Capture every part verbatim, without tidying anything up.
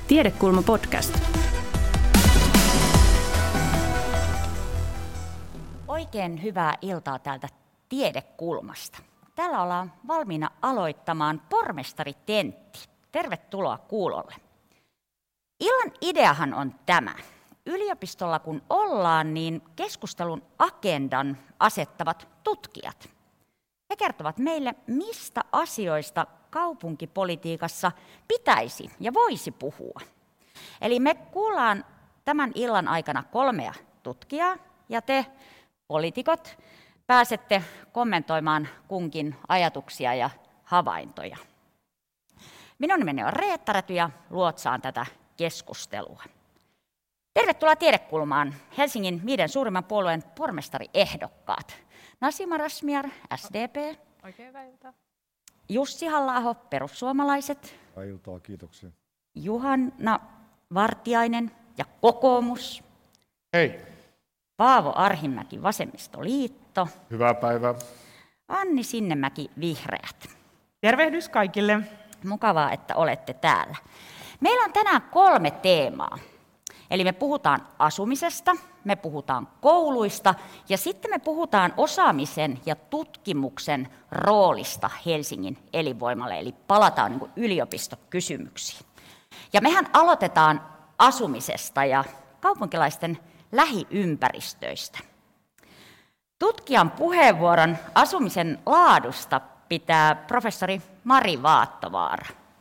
Tiedekulma podcast. Oikein hyvää iltaa täältä Tiedekulmasta. Täällä ollaan valmiina aloittamaan pormestaritentti. Tervetuloa kuulolle. Illan ideahan on tämä. Yliopistolla kun ollaan, niin keskustelun agendan asettavat tutkijat. He kertovat meille, mistä asioista kaupunkipolitiikassa pitäisi ja voisi puhua. Eli me kuullaan tämän illan aikana kolmea tutkijaa, ja te, poliitikot, pääsette kommentoimaan kunkin ajatuksia ja havaintoja. Minun nimeni on Reetta Räty ja luotsaan tätä keskustelua. Tervetuloa Tiedekulmaan Helsingin viiden suurimman puolueen pormestariehdokkaat. Nasima Razmyar, S D P. Oikein hyvää iltaa. Jussi Halla-aho, perussuomalaiset. Hyvää iltaa, kiitoksia. Juhana Vartiainen ja kokoomus. Hei. Paavo Arhimäki, vasemmistoliitto. Hyvää päivää. Anni Sinnemäki, vihreät. Tervehdys kaikille. Mukavaa, että olette täällä. Meillä on tänään kolme teemaa. Eli me puhutaan asumisesta, me puhutaan kouluista ja sitten me puhutaan osaamisen ja tutkimuksen roolista Helsingin elinvoimalle. Eli palataan niin kuin yliopistokysymyksiin. Ja mehän aloitetaan asumisesta ja kaupunkilaisten lähiympäristöistä. Tutkijan puheenvuoron asumisen laadusta pitää professori Mari Vaattovaara.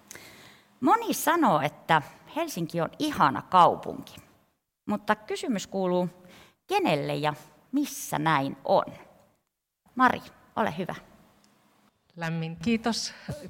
Moni sanoo, että Helsinki on ihana kaupunki, mutta kysymys kuuluu, kenelle ja missä näin on? Mari, ole hyvä. Lämmin kiitos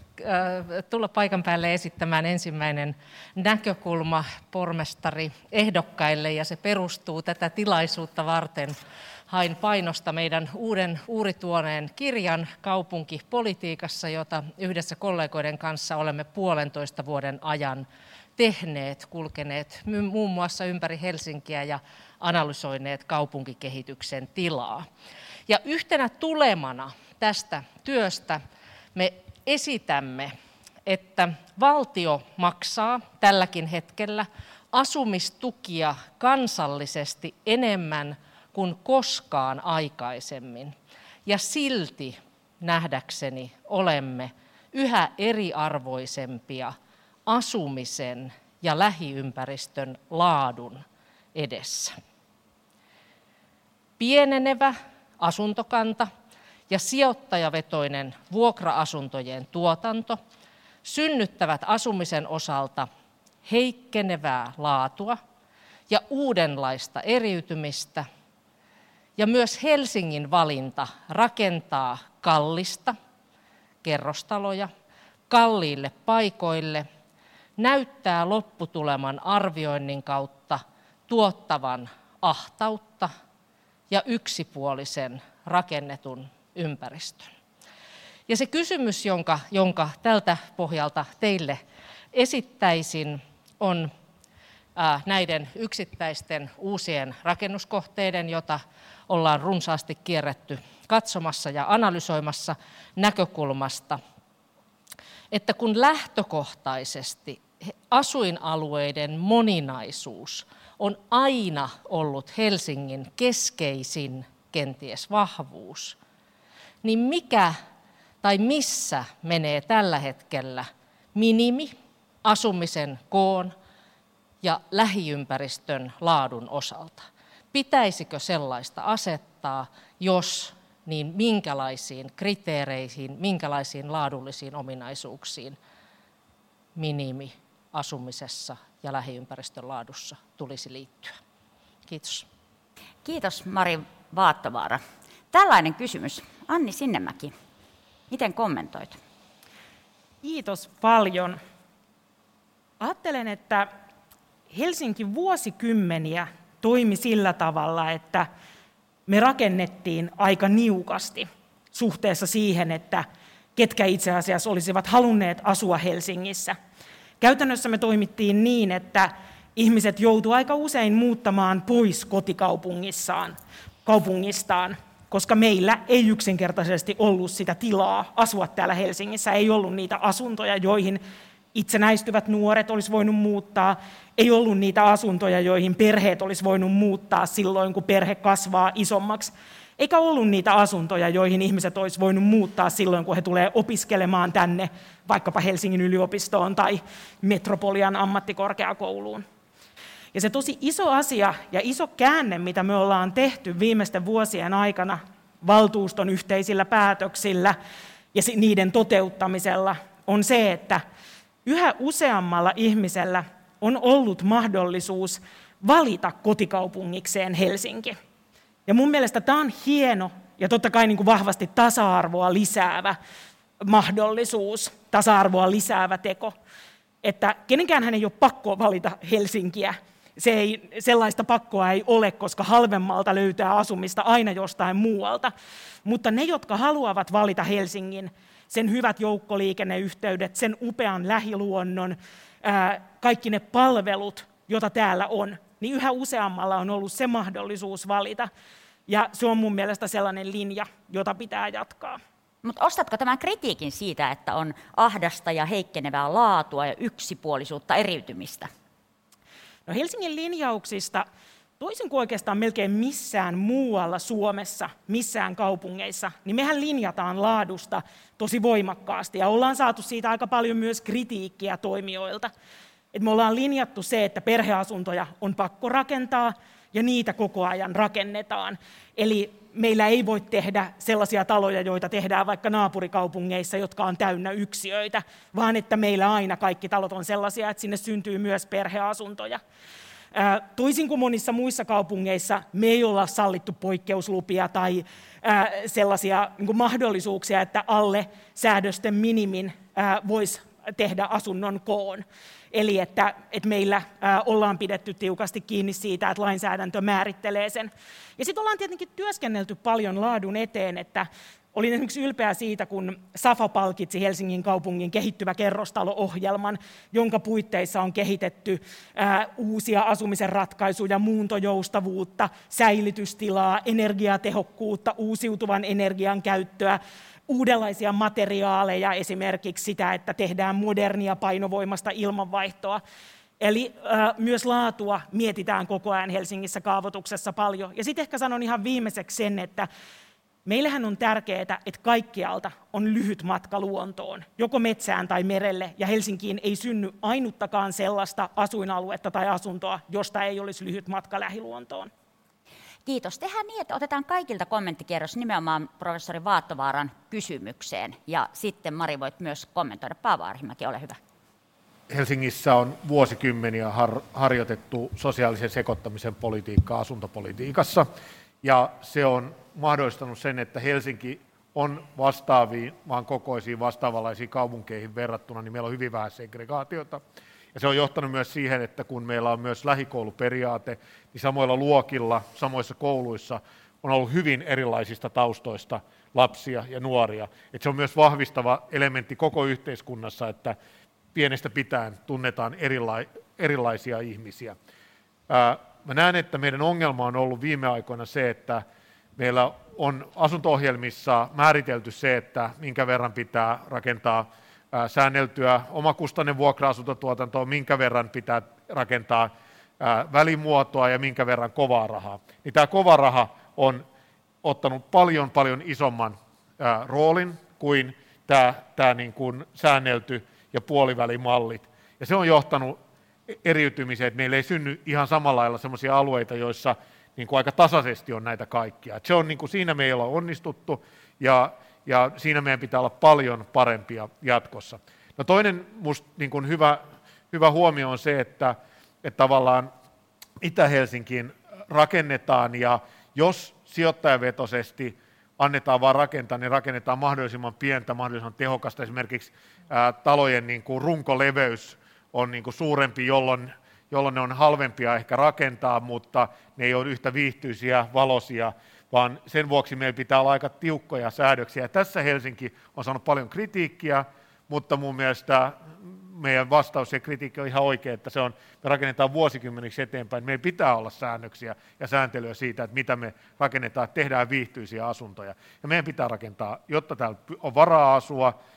tulla paikan päälle esittämään ensimmäinen näkökulma pormestari ehdokkaille, ja se perustuu tätä tilaisuutta varten. Hain painosta meidän uuden uurituoneen kirjan kaupunkipolitiikassa, jota yhdessä kollegoiden kanssa olemme puolentoista vuoden ajan tehneet, kulkeneet muun muassa ympäri Helsinkiä ja analysoineet kaupunkikehityksen tilaa. Ja yhtenä tulemana tästä työstä me esitämme, että valtio maksaa tälläkin hetkellä asumistukia kansallisesti enemmän kuin koskaan aikaisemmin. Ja silti nähdäkseni olemme yhä eriarvoisempia asumisen ja lähiympäristön laadun edessä. Pienenevä asuntokanta ja sijoittajavetoinen vuokra-asuntojen tuotanto synnyttävät asumisen osalta heikkenevää laatua ja uudenlaista eriytymistä, ja myös Helsingin valinta rakentaa kallista kerrostaloja kalliille paikoille näyttää lopputuleman arvioinnin kautta tuottavan ahtautta ja yksipuolisen rakennetun ympäristön. Ja se kysymys, jonka, jonka tältä pohjalta teille esittäisin, on ää, näiden yksittäisten uusien rakennuskohteiden, jota ollaan runsaasti kierretty katsomassa ja analysoimassa näkökulmasta, että kun lähtökohtaisesti asuinalueiden moninaisuus on aina ollut Helsingin keskeisin kenties vahvuus, niin mikä tai missä menee tällä hetkellä minimi asumisen koon ja lähiympäristön laadun osalta? Pitäisikö sellaista asettaa, jos, niin minkälaisiin kriteereihin, minkälaisiin laadullisiin ominaisuuksiin minimi asumisessa ja lähiympäristön laadussa tulisi liittyä? Kiitos. Kiitos Mari Vaattovaara. Tällainen kysymys. Anni Sinnemäki, miten kommentoit? Kiitos paljon. Ajattelen, että Helsinki vuosikymmeniä toimi sillä tavalla, että me rakennettiin aika niukasti suhteessa siihen, että ketkä itse asiassa olisivat halunneet asua Helsingissä. Käytännössä me toimittiin niin, että ihmiset joutuivat aika usein muuttamaan pois kotikaupungissaan, kaupungistaan, koska meillä ei yksinkertaisesti ollut sitä tilaa asua täällä Helsingissä, ei ollut niitä asuntoja, joihin itsenäistyvät nuoret olisi voinut muuttaa, ei ollut niitä asuntoja, joihin perheet olisi voinut muuttaa silloin, kun perhe kasvaa isommaksi, eikä ollut niitä asuntoja, joihin ihmiset olisi voinut muuttaa silloin, kun he tulee opiskelemaan tänne, vaikkapa Helsingin yliopistoon tai Metropolian ammattikorkeakouluun. Ja se tosi iso asia ja iso käänne, mitä me ollaan tehty viimeisten vuosien aikana valtuuston yhteisillä päätöksillä ja niiden toteuttamisella, on se, että yhä useammalla ihmisellä on ollut mahdollisuus valita kotikaupungikseen Helsinki. Ja mun mielestä tämä on hieno ja totta kai niin kuin vahvasti tasa-arvoa lisäävä mahdollisuus, tasa-arvoa lisäävä teko, että kenenkään hän ei ole pakko valita Helsinkiä. Se ei, sellaista pakkoa ei ole, koska halvemmalta löytää asumista aina jostain muualta. Mutta ne, jotka haluavat valita Helsingin, sen hyvät joukkoliikenneyhteydet, sen upean lähiluonnon, ää, kaikki ne palvelut, joita täällä on, niin yhä useammalla on ollut se mahdollisuus valita. Ja se on mun mielestä sellainen linja, jota pitää jatkaa. Mutta ostatko tämän kritiikin siitä, että on ahdasta ja heikkenevää laatua ja yksipuolisuutta, eriytymistä? No Helsingin linjauksista, toisin kuin oikeastaan melkein missään muualla Suomessa, missään kaupungeissa, niin mehän linjataan laadusta tosi voimakkaasti ja ollaan saatu siitä aika paljon myös kritiikkiä toimijoilta. Et me ollaan linjattu se, että perheasuntoja on pakko rakentaa ja niitä koko ajan rakennetaan. Eli meillä ei voi tehdä sellaisia taloja, joita tehdään vaikka naapurikaupungeissa, jotka on täynnä yksiöitä, vaan että meillä aina kaikki talot on sellaisia, että sinne syntyy myös perheasuntoja. Toisin kuin monissa muissa kaupungeissa, me ei olla sallittu poikkeuslupia tai sellaisia niin kuin mahdollisuuksia, että alle säädösten minimin voisi tehdä asunnon koon. Eli että, että meillä ää, ollaan pidetty tiukasti kiinni siitä, että lainsäädäntö määrittelee sen. Ja sitten ollaan tietenkin työskennelty paljon laadun eteen, että olin esimerkiksi ylpeä siitä, kun Safa palkitsi Helsingin kaupungin kehittyvä kerrostalo-ohjelman, jonka puitteissa on kehitetty ää, uusia asumisen ratkaisuja, muuntojoustavuutta, säilytystilaa, energiatehokkuutta, uusiutuvan energian käyttöä, uudenlaisia materiaaleja, esimerkiksi sitä, että tehdään modernia painovoimasta ilmanvaihtoa. Eli äh, myös laatua mietitään koko ajan Helsingissä kaavoituksessa paljon. Ja sitten ehkä sanon ihan viimeiseksi sen, että meillähän on tärkeää, että kaikkialta on lyhyt matka luontoon, joko metsään tai merelle, ja Helsinkiin ei synny ainuttakaan sellaista asuinaluetta tai asuntoa, josta ei olisi lyhyt matka lähiluontoon. Kiitos. Tehdään niin, että otetaan kaikilta kommenttikierros nimenomaan professori Vaattovaaran kysymykseen. Ja sitten Mari voit myös kommentoida. Paavo Arhimäki, ole hyvä. Helsingissä on vuosikymmeniä har- harjoitettu sosiaalisen sekoittamisen politiikkaa asuntopolitiikassa. Ja se on mahdollistanut sen, että Helsinki on vastaaviin, vaan kokoisiin vastaavanlaisiin kaupunkeihin verrattuna, niin meillä on hyvin vähän segregaatiota. Ja se on johtanut myös siihen, että kun meillä on myös lähikouluperiaate, niin samoilla luokilla, samoissa kouluissa on ollut hyvin erilaisista taustoista lapsia ja nuoria. Että se on myös vahvistava elementti koko yhteiskunnassa, että pienestä pitäen tunnetaan erila- erilaisia ihmisiä. Ää, mä näen, että meidän ongelma on ollut viime aikoina se, että meillä on asunto-ohjelmissa määritelty se, että minkä verran pitää rakentaa säänneltyä omakustainen vuokra-asuntotuotantoa, minkä verran pitää rakentaa välimuotoa ja minkä verran kovaa rahaa. Niin tämä kova raha on ottanut paljon paljon isomman roolin kuin tämä, tämä niin kuin säännelty ja puolivälimallit. Ja se on johtanut eriytymiseen, että meillä ei synny ihan samalla lailla sellaisia alueita, joissa niin kuin aika tasaisesti on näitä kaikkia. Että se on niin kuin siinä me ei olla onnistuttu ja Ja siinä meidän pitää olla paljon parempia jatkossa. No toinen musta niin kuin hyvä, hyvä huomio on se, että, että tavallaan Itä-Helsinkiin rakennetaan, ja jos sijoittajavetoisesti annetaan vaan rakentaa, niin rakennetaan mahdollisimman pientä, mahdollisimman tehokasta. Esimerkiksi ää, talojen niin kuin runkoleveys on niin kuin suurempi, jolloin, jolloin ne on halvempia ehkä rakentaa, mutta ne ei ole yhtä viihtyisiä, valoisia, vaan sen vuoksi meillä pitää olla aika tiukkoja säädöksiä. Ja tässä Helsinki on saanut paljon kritiikkiä, mutta mun mielestä meidän vastaus ja kritiikki on ihan oikea, että se on, me rakennetaan vuosikymmeniksi eteenpäin. Meillä pitää olla säännöksiä ja sääntelyä siitä, että mitä me rakennetaan, että tehdään viihtyisiä asuntoja. Ja meidän pitää rakentaa, jotta täällä on varaa asua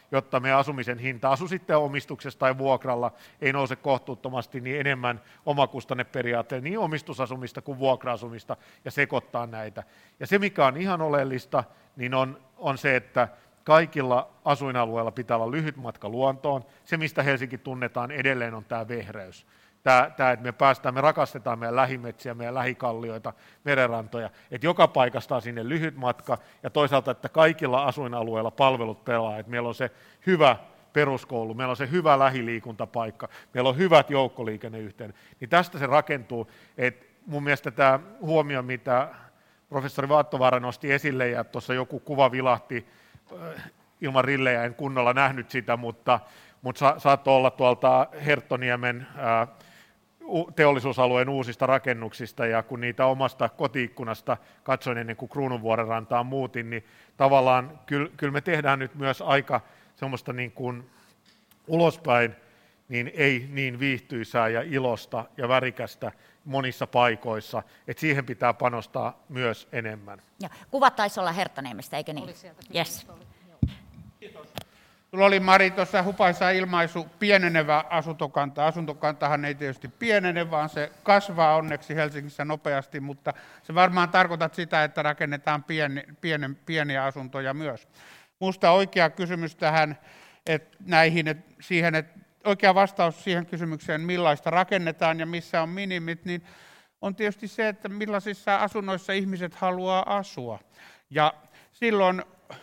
jotta me asumisen hinta, asu sitten omistuksessa tai vuokralla, ei nouse kohtuuttomasti, niin enemmän omakustanneperiaatteella niin omistusasumista kuin vuokra-asumista ja sekoittaa näitä. Ja se, mikä on ihan oleellista, niin on, on se, että kaikilla asuinalueilla pitää olla lyhyt matka luontoon. Se, mistä Helsinki tunnetaan edelleen, on tämä vehreys. Tämä, tämä, että me päästään, me rakastetaan meidän lähimetsiä, meidän lähikallioita, merenrantoja, että joka paikasta on sinne lyhyt matka, ja toisaalta, että kaikilla asuinalueilla palvelut pelaa, että meillä on se hyvä peruskoulu, meillä on se hyvä lähiliikuntapaikka, meillä on hyvät joukkoliikenneyhteydet, niin tästä se rakentuu. että mun mielestä tämä huomio, mitä professori Vaattovaara nosti esille, ja tuossa joku kuva vilahti, ilman rillejä en kunnolla nähnyt sitä, mutta, mutta sa, saattoi olla tuolta Herttoniemen ää, teollisuusalueen uusista rakennuksista, ja kun niitä omasta kotiikkunasta katsoin ennen kuin Kruununvuoren rantaan muutin, niin tavallaan kyllä, kyllä me tehdään nyt myös aika semmoista niin kuin ulospäin, niin ei niin viihtyisää ja ilosta ja värikästä monissa paikoissa, että siihen pitää panostaa myös enemmän. Ja kuvat taisi olla Herttoniemestä, eikö niin? Yes. Sulla oli, Mari, tuossa hupaisa ilmaisu pienenevä asuntokanta. Asuntokantahan ei tietysti pienene, vaan se kasvaa onneksi Helsingissä nopeasti, mutta se varmaan tarkoitat sitä, että rakennetaan pieni, pienen, pieniä asuntoja myös. Minusta oikea kysymys tähän, että näihin, että siihen, että oikea vastaus siihen kysymykseen, millaista rakennetaan ja missä on minimit, niin on tietysti se, että millaisissa asunnoissa ihmiset haluaa asua. Ja silloin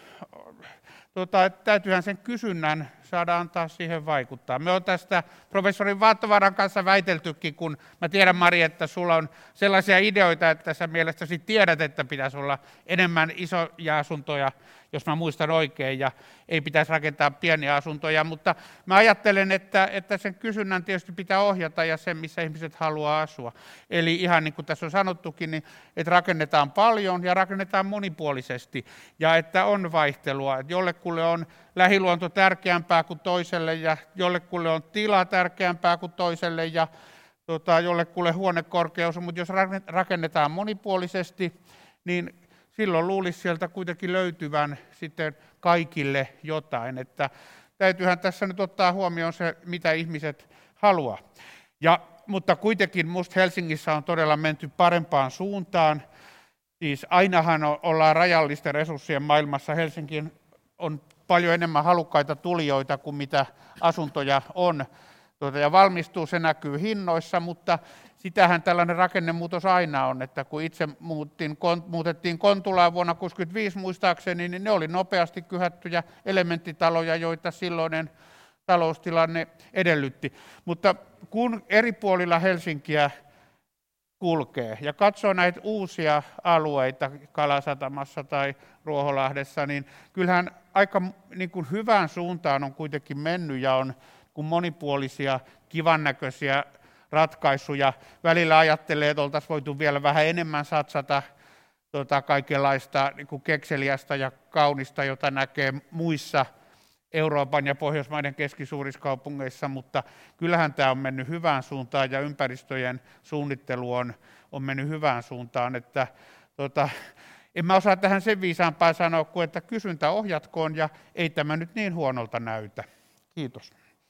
Tuota, täytyyhän sen kysynnän saada antaa siihen vaikuttaa. Me on tästä professori Vaattovaaran kanssa väiteltykin, kun mä tiedän, Mari, että sulla on sellaisia ideoita, että sä mielestäsi tiedät, että pitäisi olla enemmän isoja asuntoja, jos mä muistan oikein, ja ei pitäisi rakentaa pieniä asuntoja, mutta mä ajattelen, että, että sen kysynnän tietysti pitää ohjata ja sen, missä ihmiset haluaa asua. Eli ihan niin kuin tässä on sanottukin, niin, että rakennetaan paljon ja rakennetaan monipuolisesti, ja että on vaihtelua, että jollekulle on lähiluonto tärkeämpää kuin toiselle, ja jollekulle on tila tärkeämpää kuin toiselle, ja tota, jollekulle huonekorkeus, mutta jos rakennetaan monipuolisesti, niin silloin luulisi sieltä kuitenkin löytyvän sitten kaikille jotain, että täytyyhän tässä nyt ottaa huomioon se, mitä ihmiset haluaa. Ja, mutta kuitenkin musta Helsingissä on todella menty parempaan suuntaan, siis ainahan ollaan rajallisten resurssien maailmassa, Helsinki on paljon enemmän halukkaita tulijoita kuin mitä asuntoja on, ja valmistuu, se näkyy hinnoissa, mutta sitähän tällainen rakennemuutos aina on, että kun itse muuttiin, muutettiin Kontulaan vuonna tuhatyhdeksänsataakuusikymmentäviisi muistaakseni, niin ne oli nopeasti kyhättyjä elementtitaloja, joita silloinen taloustilanne edellytti. Mutta kun eri puolilla Helsinkiä kulkee ja katsoo näitä uusia alueita Kalasatamassa tai Ruoholahdessa, niin kyllähän aika niin kuin hyvään suuntaan on kuitenkin mennyt ja on kun monipuolisia, kivan näköisiä ratkaisuja. Välillä ajattelee, että oltaisiin voitu vielä vähän enemmän satsata tota, kaikenlaista niin kuin kekseliästä ja kaunista, jota näkee muissa Euroopan ja Pohjoismaiden keskisuurissa kaupungeissa, mutta kyllähän tämä on mennyt hyvään suuntaan ja ympäristöjen suunnittelu on, on mennyt hyvään suuntaan. Että, tota, en mä osaa tähän sen viisaampaa sanoa kuin, että kysyntä ohjatkoon ja ei tämä nyt niin huonolta näytä. Kiitos.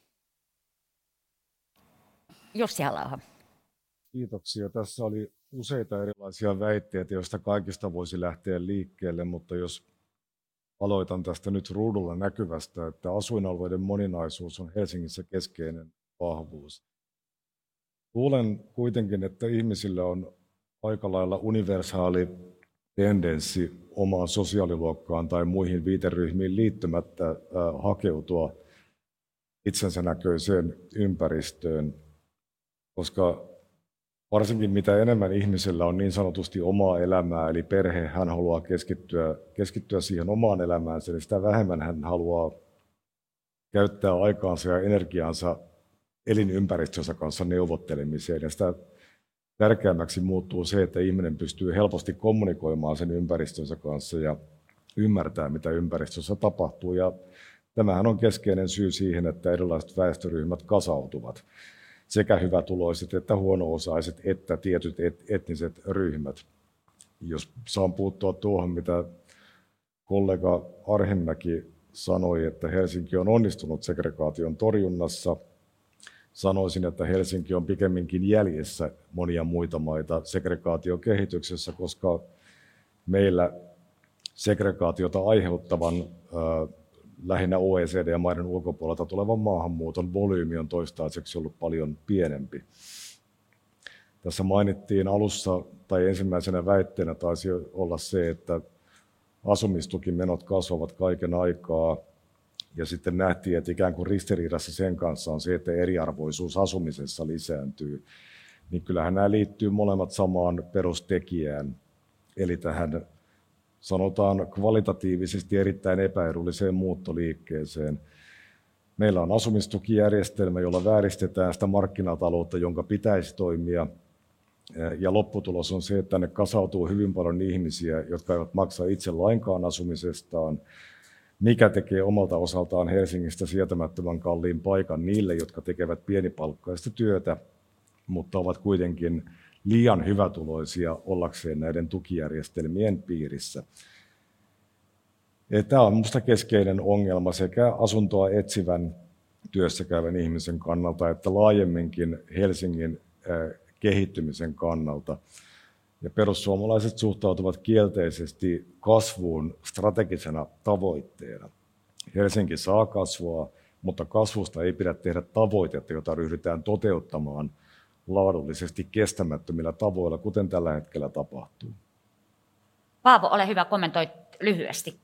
Jussi Halla-aho. Kiitoksia. Tässä oli useita erilaisia väitteitä, joista kaikista voisi lähteä liikkeelle, mutta jos aloitan tästä nyt ruudulla näkyvästä, että asuinalueiden moninaisuus on Helsingissä keskeinen vahvuus. Luulen kuitenkin, että ihmisillä on aika lailla universaali tendenssi omaan sosiaaliluokkaan tai muihin viiteryhmiin liittymättä äh, hakeutua itsensä näköiseen ympäristöön, koska varsinkin mitä enemmän ihmisellä on niin sanotusti omaa elämää, eli perhe, hän haluaa keskittyä, keskittyä siihen omaan elämäänsä, eli sitä vähemmän hän haluaa käyttää aikaansa ja energiaansa elinympäristönsä kanssa neuvottelemiseen. Ja sitä tärkeämmäksi muuttuu se, että ihminen pystyy helposti kommunikoimaan sen ympäristönsä kanssa ja ymmärtää, mitä ympäristössä tapahtuu. Ja tämähän on keskeinen syy siihen, että erilaiset väestöryhmät kasautuvat. Sekä hyvätuloiset että huono-osaiset että tietyt et, etniset ryhmät. Jos saan puuttua tuohon, mitä kollega Arhinmäki sanoi, että Helsinki on onnistunut segregaation torjunnassa. Sanoisin, että Helsinki on pikemminkin jäljessä monia muita maita segregaatiokehityksessä, koska meillä segregaatiota aiheuttavan lähinnä O E C D-maiden ulkopuolelta tulevan maahanmuuton volyymi on toistaiseksi ollut paljon pienempi. Tässä mainittiin alussa, tai ensimmäisenä väitteenä taisi olla se, että asumistukimenot kasvavat kaiken aikaa, ja sitten nähtiin, että ikään kuin ristiriidassa sen kanssa on se, että eriarvoisuus asumisessa lisääntyy. Niin kyllähän nämä liittyy molemmat samaan perustekijään, eli tähän sanotaan kvalitatiivisesti erittäin epäedulliseen muuttoliikkeeseen. Meillä on asumistukijärjestelmä, jolla vääristetään sitä markkinataloutta, jonka pitäisi toimia. Ja lopputulos on se, että tänne kasautuu hyvin paljon ihmisiä, jotka eivät maksa itse lainkaan asumisestaan, mikä tekee omalta osaltaan Helsingistä sietämättömän kalliin paikan niille, jotka tekevät pienipalkkaista työtä, mutta ovat kuitenkin liian hyvätuloisia ollakseen näiden tukijärjestelmien piirissä. Ja tämä on minusta keskeinen ongelma sekä asuntoa etsivän työssäkäyvän ihmisen kannalta että laajemminkin Helsingin kehittymisen kannalta. Ja perussuomalaiset suhtautuvat kielteisesti kasvuun strategisena tavoitteena. Helsinki saa kasvua, mutta kasvusta ei pidä tehdä tavoitetta, jota ryhdytään toteuttamaan laadullisesti kestämättömillä tavoilla, kuten tällä hetkellä tapahtuu. Paavo, ole hyvä, kommentoi lyhyesti.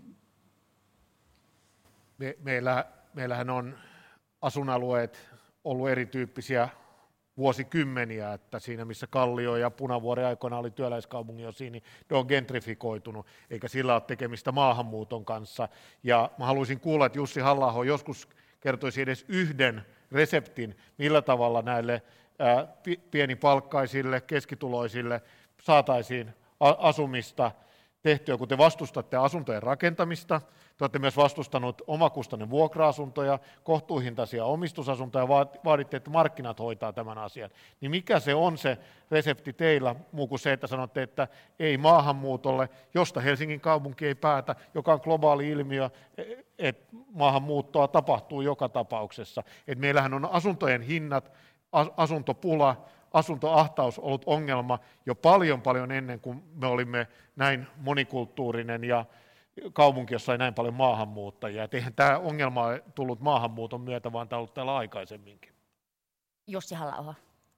Me, meillä, meillähän on asuinalueet ollut erityyppisiä vuosikymmeniä, että siinä missä Kallio ja Punavuori aikoina oli työläiskaupungin osia, niin ne on gentrifikoitunut, eikä sillä ole tekemistä maahanmuuton kanssa. Ja mä haluaisin kuulla, että Jussi Halla-aho joskus kertoisi edes yhden reseptin, millä tavalla näille ää, pienipalkkaisille, keskituloisille saataisiin asumista tehtyä, kun te vastustatte asuntojen rakentamista, te olette myös vastustanut omakustanne vuokra-asuntoja, kohtuuhintaisia omistusasuntoja, vaaditte, että markkinat hoitaa tämän asian. Niin mikä se on se resepti teillä, muu kuin se, että sanotte, että ei maahanmuutolle, josta Helsingin kaupunki ei päätä, joka on globaali ilmiö, että maahanmuuttoa tapahtuu joka tapauksessa. Et meillähän on asuntojen hinnat, asuntopula, asuntoahtaus ollut ongelma jo paljon paljon ennen kuin me olimme näin monikulttuurinen ja kaupunki, jossa ei näin paljon maahanmuuttajia. Et eihän tämä ongelma ole tullut maahanmuuton myötä, vaan tämä on ollut täällä aikaisemminkin. Jussi Halla-aho.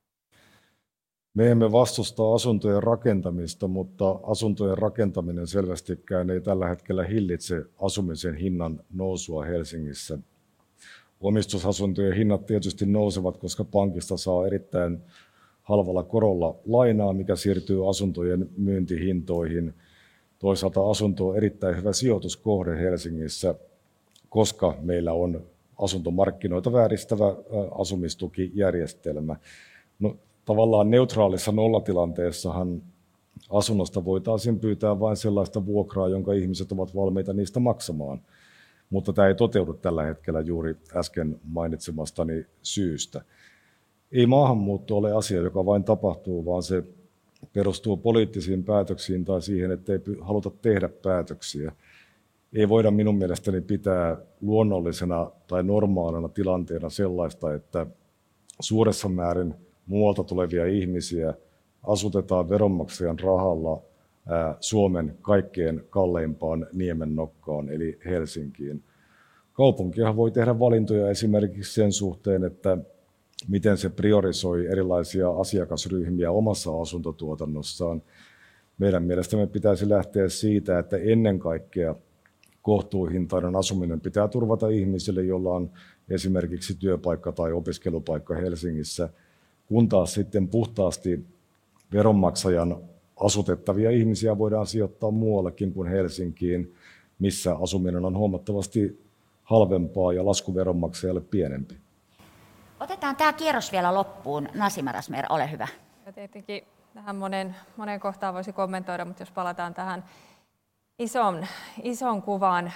Me emme vastusta asuntojen rakentamista, mutta asuntojen rakentaminen selvästikään ei tällä hetkellä hillitse asumisen hinnan nousua Helsingissä. Omistusasuntojen hinnat tietysti nousevat, koska pankista saa erittäin halvalla korolla lainaa, mikä siirtyy asuntojen myyntihintoihin. Toisaalta asunto on erittäin hyvä sijoituskohde Helsingissä, koska meillä on asuntomarkkinoita vääristävä asumistukijärjestelmä. No, tavallaan neutraalissa nollatilanteessahan asunnosta voitaisiin pyytää vain sellaista vuokraa, jonka ihmiset ovat valmiita niistä maksamaan. Mutta tämä ei toteudu tällä hetkellä juuri äsken mainitsemastani syystä. Ei maahanmuutto ole asia, joka vain tapahtuu, vaan se perustuu poliittisiin päätöksiin tai siihen, että ei haluta tehdä päätöksiä. Ei voida minun mielestäni pitää luonnollisena tai normaalina tilanteena sellaista, että suuressa määrin muualta tulevia ihmisiä asutetaan veronmaksajan rahalla Suomen kaikkein kalleimpaan niemennokkaan, eli Helsinkiin. Kaupunkihan voi tehdä valintoja esimerkiksi sen suhteen, että miten se priorisoi erilaisia asiakasryhmiä omassa asuntotuotannossaan. Meidän mielestämme pitäisi lähteä siitä, että ennen kaikkea kohtuuhintainen asuminen pitää turvata ihmisille, joilla on esimerkiksi työpaikka tai opiskelupaikka Helsingissä, kun taas sitten puhtaasti veronmaksajan asutettavia ihmisiä voidaan sijoittaa muuallekin kuin Helsinkiin, missä asuminen on huomattavasti halvempaa ja lasku veronmaksajalle pienempi. Otetaan tämä kierros vielä loppuun. Nasima Razmyar, ole hyvä. Ja tietenkin tähän monen, monen kohtaan voisi kommentoida, mutta jos palataan tähän ison, ison kuvaan,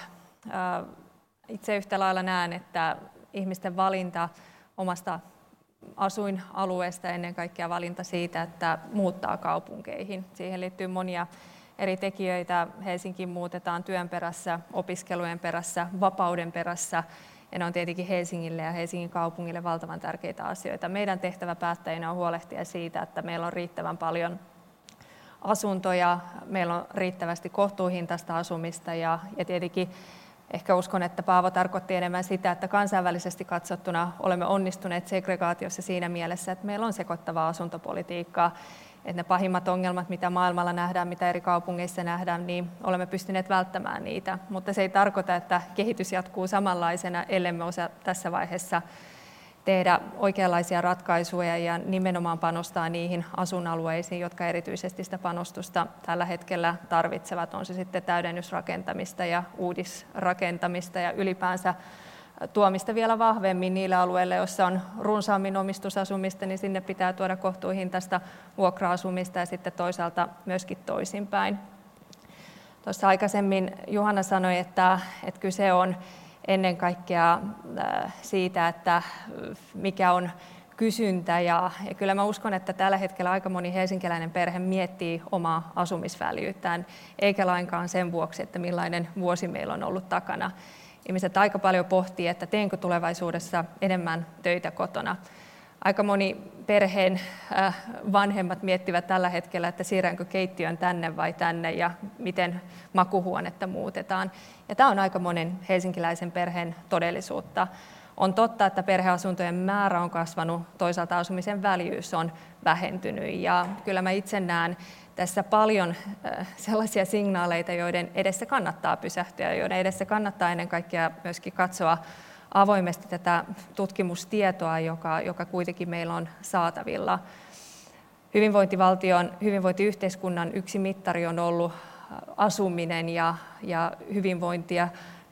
itse yhtä lailla näen, että ihmisten valinta omasta asuinalueesta, ennen kaikkea valinta siitä, että muuttaa kaupunkeihin. Siihen liittyy monia eri tekijöitä Helsinkiin muutetaan työn perässä, opiskelujen perässä, vapauden perässä. Ja ne on tietenkin Helsingille ja Helsingin kaupungille valtavan tärkeitä asioita. Meidän tehtävä päättäjinä on huolehtia siitä, että meillä on riittävän paljon asuntoja, meillä on riittävästi kohtuuhintaista asumista ja, ja tietenkin ehkä uskon, että Paavo tarkoitti enemmän sitä, että kansainvälisesti katsottuna olemme onnistuneet segregaatiossa siinä mielessä, että meillä on sekoittavaa asuntopolitiikkaa, että ne pahimmat ongelmat, mitä maailmalla nähdään, mitä eri kaupungeissa nähdään, niin olemme pystyneet välttämään niitä, mutta se ei tarkoita, että kehitys jatkuu samanlaisena, ellemme osaa tässä vaiheessa tehdä oikeanlaisia ratkaisuja ja nimenomaan panostaa niihin asuinalueisiin, jotka erityisesti sitä panostusta tällä hetkellä tarvitsevat. On se sitten täydennysrakentamista ja uudisrakentamista ja ylipäänsä tuomista vielä vahvemmin niille alueille, joissa on runsaammin omistusasumista, niin sinne pitää tuoda kohtuuhintaista vuokra-asumista ja sitten toisaalta myöskin toisinpäin. Tuossa aikaisemmin Juhana sanoi, että, että kyse on ennen kaikkea siitä, että mikä on kysyntä. Ja, ja kyllä mä uskon, että tällä hetkellä aika moni helsinkiläinen perhe miettii omaa asumisväljyyttään, eikä lainkaan sen vuoksi, että millainen vuosi meillä on ollut takana. Ihmiset aika paljon pohtii, että teenkö tulevaisuudessa enemmän töitä kotona. Aika moni perheen vanhemmat miettivät tällä hetkellä, että siirränkö keittiön tänne vai tänne ja miten makuhuonetta muutetaan. Ja tämä on aika monen helsinkiläisen perheen todellisuutta. On totta, että perheasuntojen määrä on kasvanut, toisaalta asumisen väljyys on vähentynyt. Ja kyllä mä itse näen tässä paljon sellaisia signaaleita, joiden edessä kannattaa pysähtyä, joiden edessä kannattaa ennen kaikkea myöskin katsoa avoimesti tätä tutkimustietoa, joka, joka kuitenkin meillä on saatavilla. Hyvinvointivaltion, hyvinvointiyhteiskunnan yksi mittari on ollut asuminen ja, ja hyvinvointia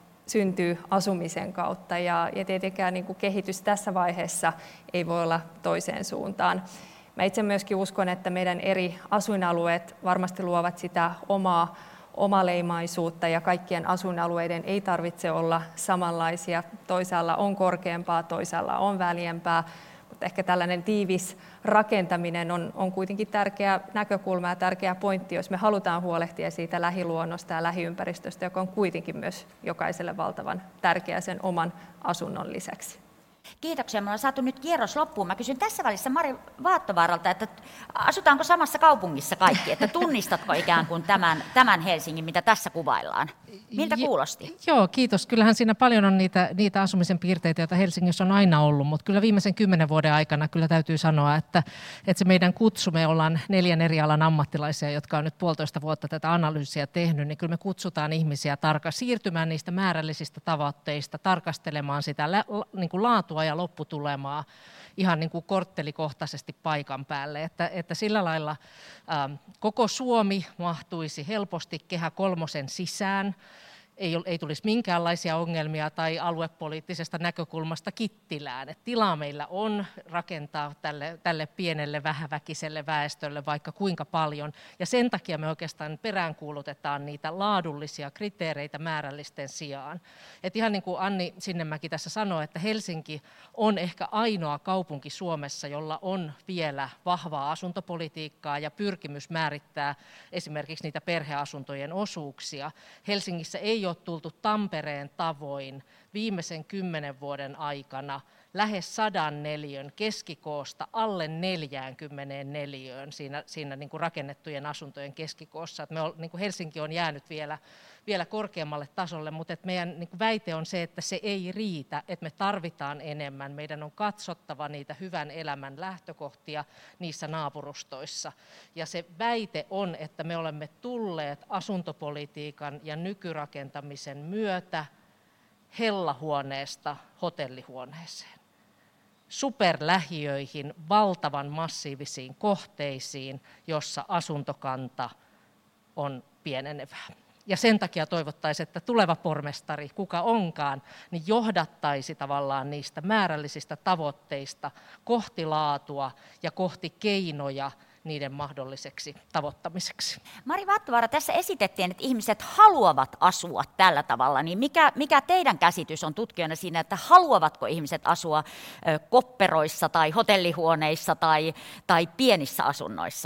syntyy asumisen kautta. Ja, ja tietenkään niin kuin kehitys tässä vaiheessa ei voi olla toiseen suuntaan. Mä itse myöskin uskon, että meidän eri asuinalueet varmasti luovat sitä omaa omaleimaisuutta ja kaikkien asuinalueiden ei tarvitse olla samanlaisia. Toisaalla on korkeampaa, toisaalla on väljempää, mutta ehkä tällainen tiivis rakentaminen on, on kuitenkin tärkeä näkökulma ja tärkeä pointti, jos me halutaan huolehtia siitä lähiluonnosta ja lähiympäristöstä, joka on kuitenkin myös jokaiselle valtavan tärkeä sen oman asunnon lisäksi. Kiitoksia. Me ollaan saatu nyt kierros loppuun. Mä kysyn tässä välissä Mari Vaattovaaralta, että asutaanko samassa kaupungissa kaikki? Että tunnistatko ikään kuin tämän, tämän Helsingin, mitä tässä kuvaillaan? Miltä kuulosti? Joo, kiitos. Kyllähän siinä paljon on niitä, niitä asumisen piirteitä, joita Helsingissä on aina ollut, mutta kyllä viimeisen kymmenen vuoden aikana kyllä täytyy sanoa, että, että se meidän kutsu, me ollaan neljän eri alan ammattilaisia, jotka on nyt puolitoista vuotta tätä analyysiä tehnyt, niin kyllä me kutsutaan ihmisiä tarka siirtymään niistä määrällisistä tavoitteista, tarkastelemaan sitä la, niin kuin laatua ja lopputulemaa ihan niin kuin korttelikohtaisesti paikan päälle, että, että sillä lailla ä, koko Suomi mahtuisi helposti Kehä kolmosen sisään, ei, ei tulisi minkäänlaisia ongelmia tai aluepoliittisesta näkökulmasta Kittilään. Et tilaa meillä on rakentaa tälle, tälle pienelle vähäväkiselle väestölle vaikka kuinka paljon, ja sen takia me oikeastaan peräänkuulutetaan niitä laadullisia kriteereitä määrällisten sijaan. Et ihan niin kuin Anni Sinnemäki tässä sanoi, että Helsinki on ehkä ainoa kaupunki Suomessa, jolla on vielä vahvaa asuntopolitiikkaa ja pyrkimys määrittää esimerkiksi niitä perheasuntojen osuuksia. Helsingissä ei ole tultu Tampereen tavoin viimeisen kymmenen vuoden aikana lähes sadan neliön keskikoosta alle neljäänkymmeneen neliöön siinä, siinä niin kuin rakennettujen asuntojen keskikoossa. Et me on, niin kuin Helsinki on jäänyt vielä, vielä korkeammalle tasolle, mutta et meidän niin kuin väite on se, että se ei riitä, että me tarvitaan enemmän. Meidän on katsottava niitä hyvän elämän lähtökohtia niissä naapurustoissa. Ja se väite on, että me olemme tulleet asuntopolitiikan ja nykyrakentamisen myötä hellahuoneesta hotellihuoneeseen, superlähiöihin, valtavan massiivisiin kohteisiin, jossa asuntokanta on pienenevää. Ja sen takia toivottaisiin, että tuleva pormestari, kuka onkaan, niin johdattaisi tavallaan niistä määrällisistä tavoitteista kohti laatua ja kohti keinoja niiden mahdolliseksi tavoittamiseksi. Mari Vaattovaara, tässä esitettiin, että ihmiset haluavat asua tällä tavalla, niin mikä, mikä teidän käsitys on tutkijana siinä, että haluavatko ihmiset asua kopperoissa tai hotellihuoneissa tai, tai pienissä asunnoissa?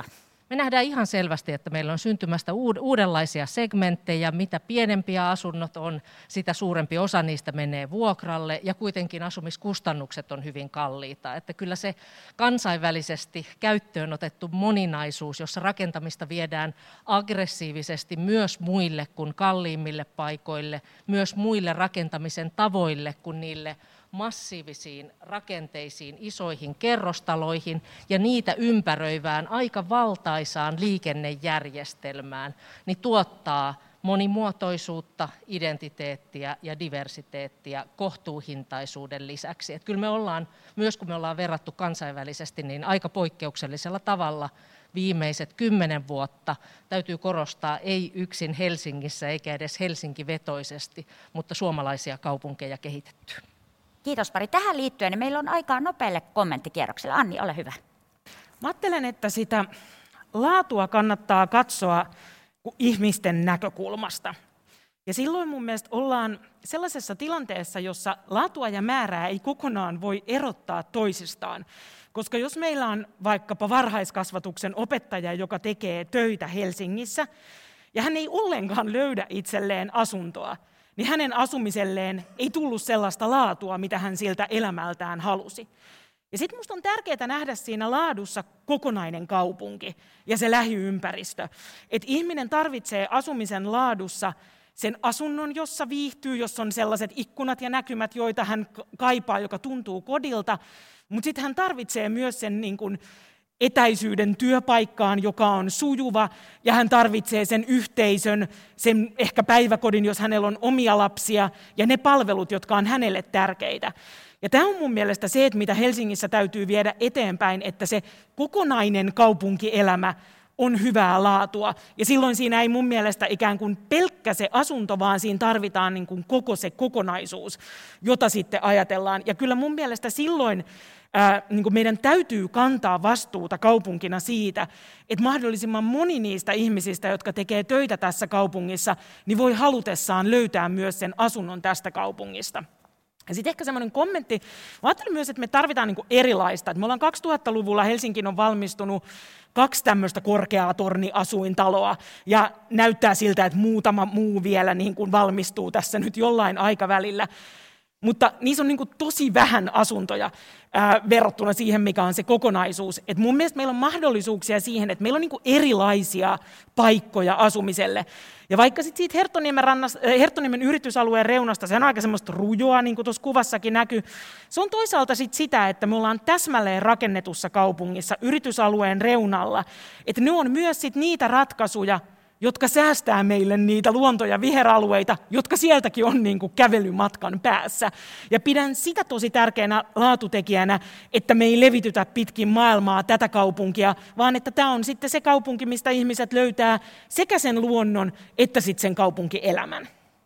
Me nähdään ihan selvästi, että meillä on syntymästä uudenlaisia segmenttejä. Mitä pienempiä asunnot on, sitä suurempi osa niistä menee vuokralle ja kuitenkin asumiskustannukset on hyvin kalliita. Että kyllä se kansainvälisesti käyttöön otettu moninaisuus, jossa rakentamista viedään aggressiivisesti myös muille kuin kalliimmille paikoille, myös muille rakentamisen tavoille kuin niille massiivisiin rakenteisiin, isoihin kerrostaloihin ja niitä ympäröivään aika valtaisaan liikennejärjestelmään, niin tuottaa monimuotoisuutta, identiteettiä ja diversiteettiä kohtuuhintaisuuden lisäksi. Että kyllä me ollaan, myös kun me ollaan verrattu kansainvälisesti, niin aika poikkeuksellisella tavalla viimeiset kymmenen vuotta, täytyy korostaa, ei yksin Helsingissä eikä edes Helsinki-vetoisesti, mutta suomalaisia kaupunkeja kehitetty. Kiitos Pari. Tähän liittyen meillä on aikaa nopealle kommenttikierrokselle. Anni, ole hyvä. Mä ajattelen, että sitä laatua kannattaa katsoa ihmisten näkökulmasta. Ja silloin mun mielestä ollaan sellaisessa tilanteessa, jossa laatua ja määrää ei kokonaan voi erottaa toisistaan. Koska jos meillä on vaikkapa varhaiskasvatuksen opettaja, joka tekee töitä Helsingissä, ja hän ei ollenkaan löydä itselleen asuntoa, niin hänen asumiselleen ei tullut sellaista laatua, mitä hän siltä elämältään halusi. Ja sitten musta on tärkeää nähdä siinä laadussa kokonainen kaupunki ja se lähiympäristö. Että ihminen tarvitsee asumisen laadussa sen asunnon, jossa viihtyy, jossa on sellaiset ikkunat ja näkymät, joita hän kaipaa, joka tuntuu kodilta. Mutta sitten hän tarvitsee myös sen niin kun etäisyyden työpaikkaan, joka on sujuva, ja hän tarvitsee sen yhteisön, sen ehkä päiväkodin, jos hänellä on omia lapsia, ja ne palvelut, jotka on hänelle tärkeitä. Ja tämä on mun mielestä se, että mitä Helsingissä täytyy viedä eteenpäin, että se kokonainen kaupunkielämä on hyvää laatua. Ja silloin siinä ei mun mielestä ikään kuin pelkkä se asunto, vaan siinä tarvitaan niin kuin koko se kokonaisuus, jota sitten ajatellaan. Ja kyllä mun mielestä silloin ää, niin kuin meidän täytyy kantaa vastuuta kaupunkina siitä, että mahdollisimman moni niistä ihmisistä, jotka tekee töitä tässä kaupungissa, niin voi halutessaan löytää myös sen asunnon tästä kaupungista. Ja sitten ehkä semmoinen kommentti, mä ajattelin myös, että me tarvitaan niin kuin erilaista. Että me ollaan kaksituhattaluvulla, Helsinkiin on valmistunut kaksi tämmöistä korkeaa torniasuintaloa, ja näyttää siltä, että muutama muu vielä niin kuin valmistuu tässä nyt jollain aikavälillä. Mutta niissä on niin kuin tosi vähän asuntoja ää, verrattuna siihen, mikä on se kokonaisuus. Et mun mielestä meillä on mahdollisuuksia siihen, että meillä on niin kuin erilaisia paikkoja asumiselle. Ja vaikka sitten siitä Herttoniemen, rannas, äh, Herttoniemen yritysalueen reunasta, se on aika semmoista rujoa, niin kuin tuossa kuvassakin näkyy. Se on toisaalta sit sitä, että me ollaan täsmälleen rakennetussa kaupungissa yritysalueen reunalla. Että ne on myös sit niitä ratkaisuja, jotka säästää meille niitä luonto- ja viheralueita, jotka sieltäkin on niin kuin kävelymatkan päässä. Ja pidän sitä tosi tärkeänä laatutekijänä, että me ei levitytä pitkin maailmaa tätä kaupunkia, vaan että tämä on sitten se kaupunki, mistä ihmiset löytää sekä sen luonnon että sitten sen kaupunkielämän.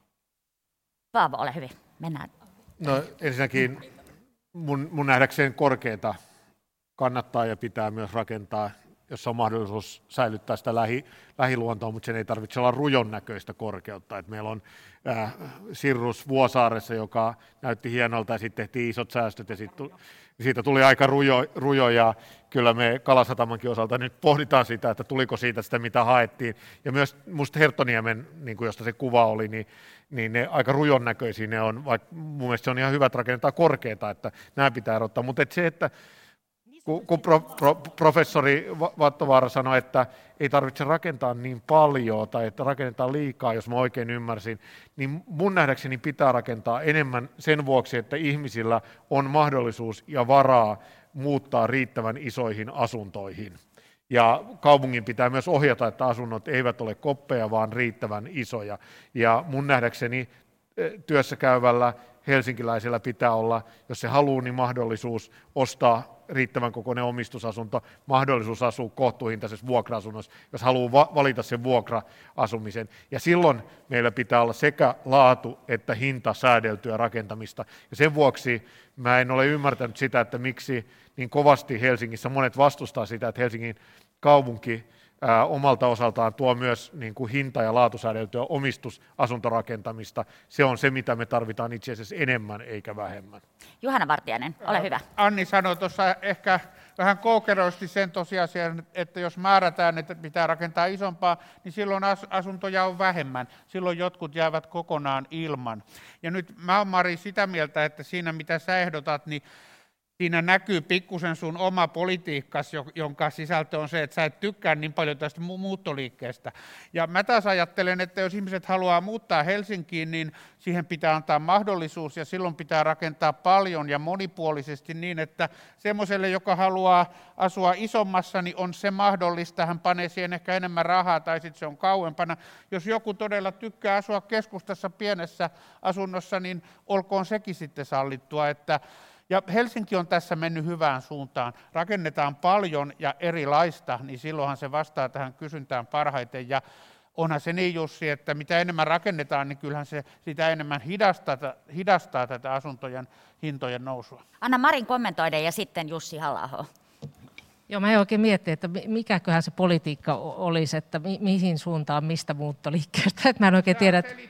Paavo, ole hyvin. Mennään. No ensinnäkin mun, mun nähdäkseen korkeata kannattaa ja pitää myös rakentaa, jossa on mahdollisuus säilyttää sitä lähi, lähiluontoa, mutta sen ei tarvitse olla rujon näköistä korkeutta. Et meillä on äh, Sirrus Vuosaaressa, joka näytti hienolta, ja sitten tehtiin isot säästöt, ja siitä tuli, siitä tuli aika rujo, rujo, ja kyllä me Kalasatamankin osalta nyt pohditaan sitä, että tuliko siitä sitä, mitä haettiin. Ja myös musta Herttoniemen, niin kuin josta se kuva oli, niin, niin ne aika rujon näköisiä ne on, vaikka mun mielestä se on ihan hyvä, että rakennetaan korkeita, että nämä pitää erottaa. Mutta et se, että Kun, kun pro, pro, professori Vattovaara sanoi, että ei tarvitse rakentaa niin paljon tai että rakennetaan liikaa, jos mä oikein ymmärsin, niin mun nähdäkseni pitää rakentaa enemmän sen vuoksi, että ihmisillä on mahdollisuus ja varaa muuttaa riittävän isoihin asuntoihin. Ja kaupungin pitää myös ohjata, että asunnot eivät ole koppeja, vaan riittävän isoja. Ja mun nähdäkseni työssä käyvällä helsinkiläisellä pitää olla, jos se haluaa, niin mahdollisuus ostaa riittävän kokoinen omistusasunto, mahdollisuus asua kohtuuhintaisessa vuokra-asunnossa, jos haluaa va- valita sen vuokra-asumisen. Ja silloin meillä pitää olla sekä laatu että hinta säädeltyä rakentamista. Ja sen vuoksi mä en ole ymmärtänyt sitä, että miksi niin kovasti Helsingissä monet vastustaa sitä, että Helsingin kaupunki ää, omalta osaltaan tuo myös niin kuin hinta- ja laatusäädeltyä omistusasuntorakentamista. Se on se, mitä me tarvitaan itse asiassa enemmän eikä vähemmän. Juhana Vartiainen, ole hyvä. Anni sanoi tuossa ehkä vähän koukeroisesti sen tosiasian, että jos määrätään, että pitää rakentaa isompaa, niin silloin asuntoja on vähemmän. Silloin jotkut jäävät kokonaan ilman. Ja nyt mä oon, Mari, sitä mieltä, että siinä mitä sä ehdotat, niin siinä näkyy pikkusen sun oma politiikkas, jonka sisältö on se, että sä et tykkää niin paljon tästä muuttoliikkeestä. Ja mä taas ajattelen, että jos ihmiset haluaa muuttaa Helsinkiin, niin siihen pitää antaa mahdollisuus ja silloin pitää rakentaa paljon ja monipuolisesti niin, että semmoiselle, joka haluaa asua isommassa, niin on se mahdollista, hän panee siihen ehkä enemmän rahaa tai sitten se on kauempana. Jos joku todella tykkää asua keskustassa pienessä asunnossa, niin olkoon sekin sitten sallittua, että ja Helsinki on tässä mennyt hyvään suuntaan. Rakennetaan paljon ja erilaista, niin silloinhan se vastaa tähän kysyntään parhaiten. Ja onhan se niin, Jussi, että mitä enemmän rakennetaan, niin kyllähän se sitä enemmän hidastaa, hidastaa tätä asuntojen hintojen nousua. Anna Marin kommentoida ja sitten Jussi Halla-aho. Joo, mä en oikein miettiä, että mikäköhän se politiikka olisi, että mi- mihin suuntaan, mistä muuttoliikkeestä. Että mä en oikein tiedä. Että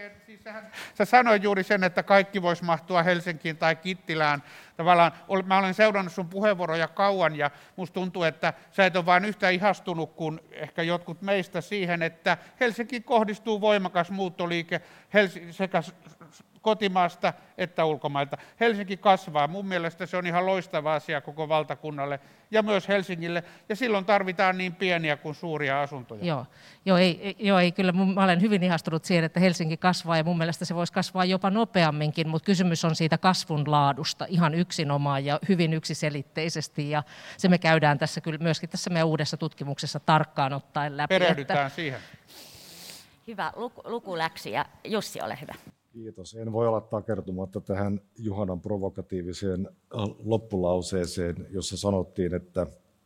Sä sanoit juuri sen, että kaikki vois mahtua Helsinkiin tai Kittilään. Tavallaan mä olen seurannut sun puheenvuoroja kauan ja musta tuntuu, että sä et ole vain yhtä ihastunut kuin ehkä jotkut meistä siihen, että Helsinkiin kohdistuu voimakas muuttoliike sekä kotimaasta että ulkomailta. Helsinki kasvaa. Mun mielestä se on ihan loistava asia koko valtakunnalle ja myös Helsingille. Ja silloin tarvitaan niin pieniä kuin suuria asuntoja. Joo, joo, ei, joo ei, kyllä mä olen hyvin ihastunut siihen, että Helsinki kasvaa ja mun mielestä se voisi kasvaa jopa nopeamminkin, mutta kysymys on siitä kasvun laadusta ihan yksinomaan ja hyvin yksiselitteisesti. Ja se me käydään tässä kyllä myöskin tässä meidän uudessa tutkimuksessa tarkkaan ottaen läpi. Perehdytään että siihen. Hyvä luku, lukuläksy ja Jussi, ole hyvä. Kiitos. En voi olla takertumatta tähän Juhanan provokatiiviseen loppulauseeseen, jossa sanottiin, että,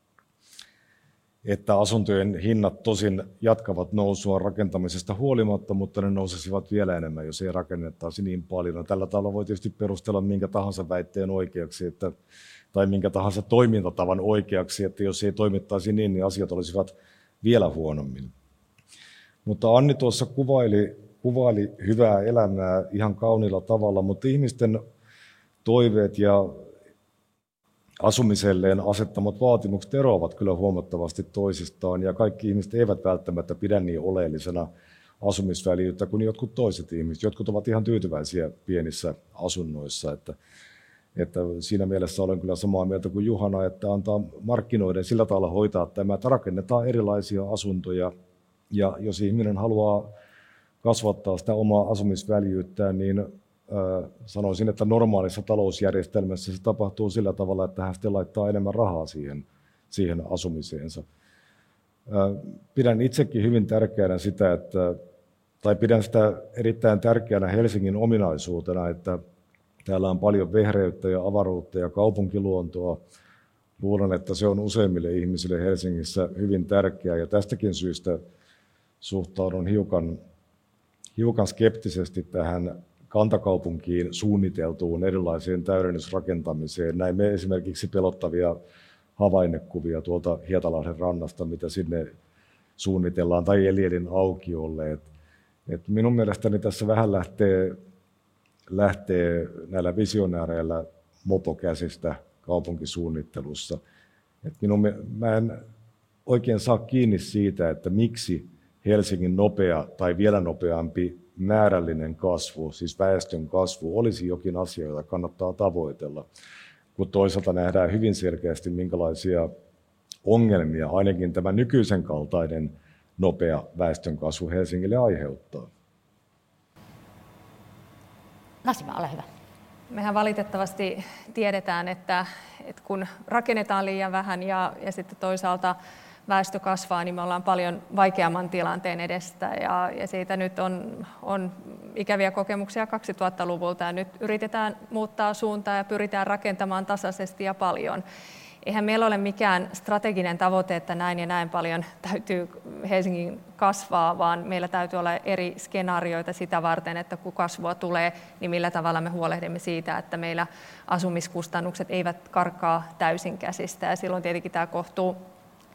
että asuntojen hinnat tosin jatkavat nousua rakentamisesta huolimatta, mutta ne nousisivat vielä enemmän, jos ei rakennettaisi niin paljon. No, tällä tavalla voi tietysti perustella minkä tahansa väitteen oikeaksi, että, tai minkä tahansa toimintatavan oikeaksi, että jos ei toimittaisi niin, niin asiat olisivat vielä huonommin. Mutta Anni tuossa kuvaili, kuvaili hyvää elämää ihan kauniilla tavalla, mutta ihmisten toiveet ja asumiselleen asettamat vaatimukset eroavat kyllä huomattavasti toisistaan, ja kaikki ihmiset eivät välttämättä pidä niin oleellisena asumisväljyyttä kuin jotkut toiset ihmiset. Jotkut ovat ihan tyytyväisiä pienissä asunnoissa, että, että siinä mielessä olen kyllä samaa mieltä kuin Juhana, että antaa markkinoiden sillä tavalla hoitaa tämä, että rakennetaan erilaisia asuntoja, ja jos ihminen haluaa kasvattaa sitä omaa asumisväljyyttään, niin äh, sanoisin, että normaalissa talousjärjestelmässä se tapahtuu sillä tavalla, että hän sitten laittaa enemmän rahaa siihen, siihen asumiseensa. Äh, pidän itsekin hyvin tärkeänä sitä, että, tai pidän sitä erittäin tärkeänä Helsingin ominaisuutena, että täällä on paljon vehreyttä ja avaruutta ja kaupunkiluontoa. Luulen, että se on useimmille ihmisille Helsingissä hyvin tärkeää, ja tästäkin syystä suhtaudun hiukan, hiukan skeptisesti tähän kantakaupunkiin suunniteltuun erilaiseen täydennysrakentamiseen. Näimme esimerkiksi pelottavia havainnekuvia tuolta Hietalahden rannasta, mitä sinne suunnitellaan, tai Elielin aukiolle. Et, et minun mielestäni tässä vähän lähtee, lähtee näillä visionääreillä mopo käsistä kaupunkisuunnittelussa. Et minun, mä en oikein saa kiinni siitä, että miksi Helsingin nopea tai vielä nopeampi määrällinen kasvu, siis väestön kasvu, olisi jokin asia, jota kannattaa tavoitella, kun toisaalta nähdään hyvin selkeästi, minkälaisia ongelmia ainakin tämä nykyisen kaltainen nopea väestön kasvu Helsingille aiheuttaa. Nasima, ole hyvä. Mehän valitettavasti tiedetään, että, että kun rakennetaan liian vähän ja, ja sitten toisaalta väestö kasvaa, niin me ollaan paljon vaikeamman tilanteen edestä. Ja, ja siitä nyt on, on ikäviä kokemuksia kaksituhattaluvulta. Ja nyt yritetään muuttaa suuntaa ja pyritään rakentamaan tasaisesti ja paljon. Eihän meillä ole mikään strateginen tavoite, että näin ja näin paljon täytyy Helsingin kasvaa, vaan meillä täytyy olla eri skenaarioita sitä varten, että kun kasvua tulee, niin millä tavalla me huolehdimme siitä, että meillä asumiskustannukset eivät karkaa täysin käsistä. Ja silloin tietenkin tämä kohtuu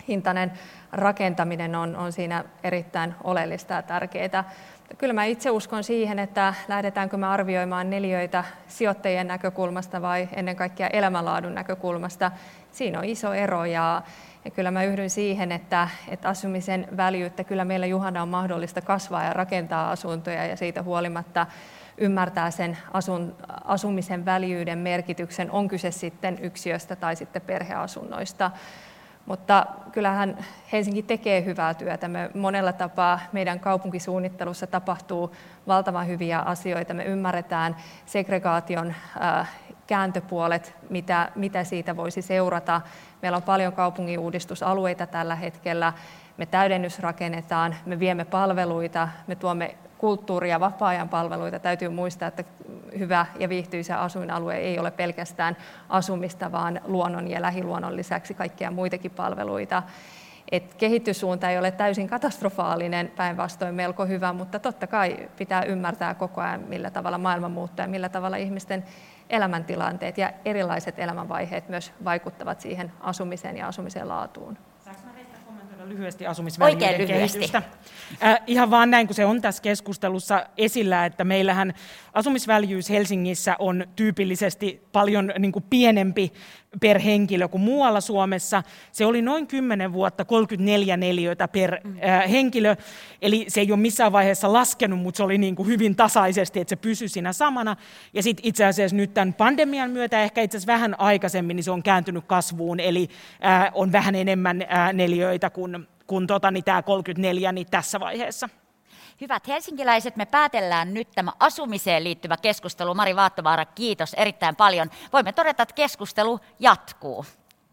hintainen rakentaminen on, on siinä erittäin oleellista ja tärkeää. Kyllä mä itse uskon siihen, että lähdetäänkö me arvioimaan neliöitä sijoittajien näkökulmasta vai ennen kaikkea elämänlaadun näkökulmasta. Siinä on iso ero ja, ja kyllä mä yhdyn siihen, että, että asumisen väljyyttä kyllä meillä Juhana on mahdollista kasvaa ja rakentaa asuntoja ja siitä huolimatta ymmärtää sen asun, asumisen väljyyden merkityksen, on kyse sitten yksiöstä tai sitten perheasunnoista. Mutta kyllähän Helsinki tekee hyvää työtä. Me monella tapaa meidän kaupunkisuunnittelussa tapahtuu valtavan hyviä asioita. Me ymmärretään segregaation äh, kääntöpuolet, mitä, mitä siitä voisi seurata. Meillä on paljon kaupunginuudistusalueita tällä hetkellä. Me täydennysrakennetaan, me viemme palveluita, me tuomme kulttuuria ja vapaa-ajan palveluita. Täytyy muistaa, että hyvä ja viihtyisä asuinalue ei ole pelkästään asumista, vaan luonnon ja lähiluonnon lisäksi kaikkia muitakin palveluita. Et kehityssuunta ei ole täysin katastrofaalinen, päinvastoin melko hyvä, mutta totta kai pitää ymmärtää koko ajan, millä tavalla maailma muuttuu ja millä tavalla ihmisten elämäntilanteet ja erilaiset elämänvaiheet myös vaikuttavat siihen asumiseen ja asumisen laatuun. Lyhyesti asumisväljyyden kehitystä. Äh, ihan vaan näin, kun se on tässä keskustelussa esillä, että meillähän asumisväljyys Helsingissä on tyypillisesti paljon niin kuin pienempi per henkilö kuin muualla Suomessa. Se oli noin kymmenen vuotta, kolmekymmentäneljä neliötä per äh, henkilö, eli se ei ole missään vaiheessa laskenut, mutta se oli niin kuin hyvin tasaisesti, että se pysyi siinä samana. Ja sitten itse asiassa nyt tämän pandemian myötä, ehkä itse asiassa vähän aikaisemmin, niin se on kääntynyt kasvuun, eli äh, on vähän enemmän äh, neliöitä kuin kun tota, niin tämä kolmekymmentäneljä niin tässä vaiheessa. Hyvät helsinkiläiset, me päätellään nyt tämä asumiseen liittyvä keskustelu. Mari Vaattovaara, kiitos erittäin paljon. Voimme todeta, että keskustelu jatkuu.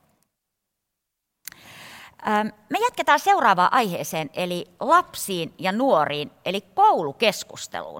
Me jatketaan seuraavaan aiheeseen, eli lapsiin ja nuoriin, eli koulukeskusteluun.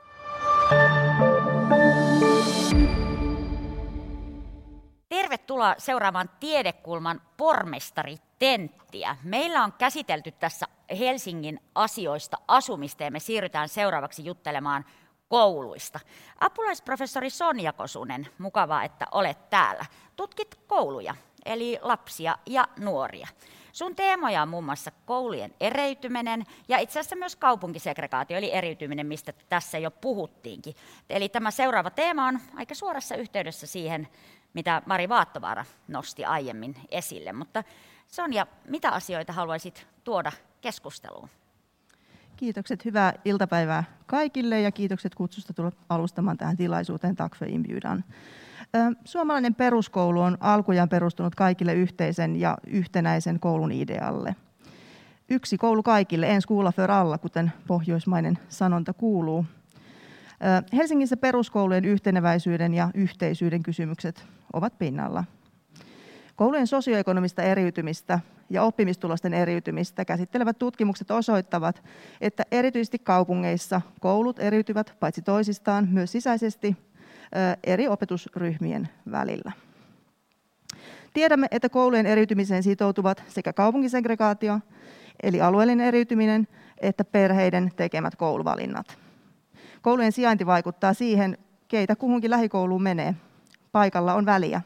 Tervetuloa seuraamaan Tiedekulman pormestaritenttiä. Meillä on käsitelty tässä Helsingin asioista asumista ja me siirrytään seuraavaksi juttelemaan kouluista. Apulaisprofessori Sonja Kosunen, mukavaa, että olet täällä. Tutkit kouluja, eli lapsia ja nuoria. Sun teemoja on muun muassa koulujen eriytyminen ja itse asiassa myös kaupunkisegregaatio, eli eriytyminen, mistä tässä jo puhuttiinkin. Eli tämä seuraava teema on aika suorassa yhteydessä siihen, mitä Mari Vaattovaara nosti aiemmin esille. Mutta Sonja, mitä asioita haluaisit tuoda keskusteluun? Kiitokset, hyvää iltapäivää kaikille ja kiitokset kutsusta tulla alustamaan tähän tilaisuuteen. Tack för inbjudan. Suomalainen peruskoulu on alkujaan perustunut kaikille yhteisen ja yhtenäisen koulun idealle. Yksi koulu kaikille, en skola för alla, kuten pohjoismainen sanonta kuuluu. Helsingissä peruskoulujen yhteneväisyyden ja yhteisyyden kysymykset ovat pinnalla. Koulujen sosioekonomista eriytymistä ja oppimistulosten eriytymistä käsittelevät tutkimukset osoittavat, että erityisesti kaupungeissa koulut eriytyvät paitsi toisistaan myös sisäisesti eri opetusryhmien välillä. Tiedämme, että koulujen eriytymiseen sitoutuvat sekä kaupunkisegregaatio, eli alueellinen eriytyminen, että perheiden tekemät kouluvalinnat. Koulujen sijainti vaikuttaa siihen, keitä kuhunkin lähikouluun menee. Paikalla on väliä.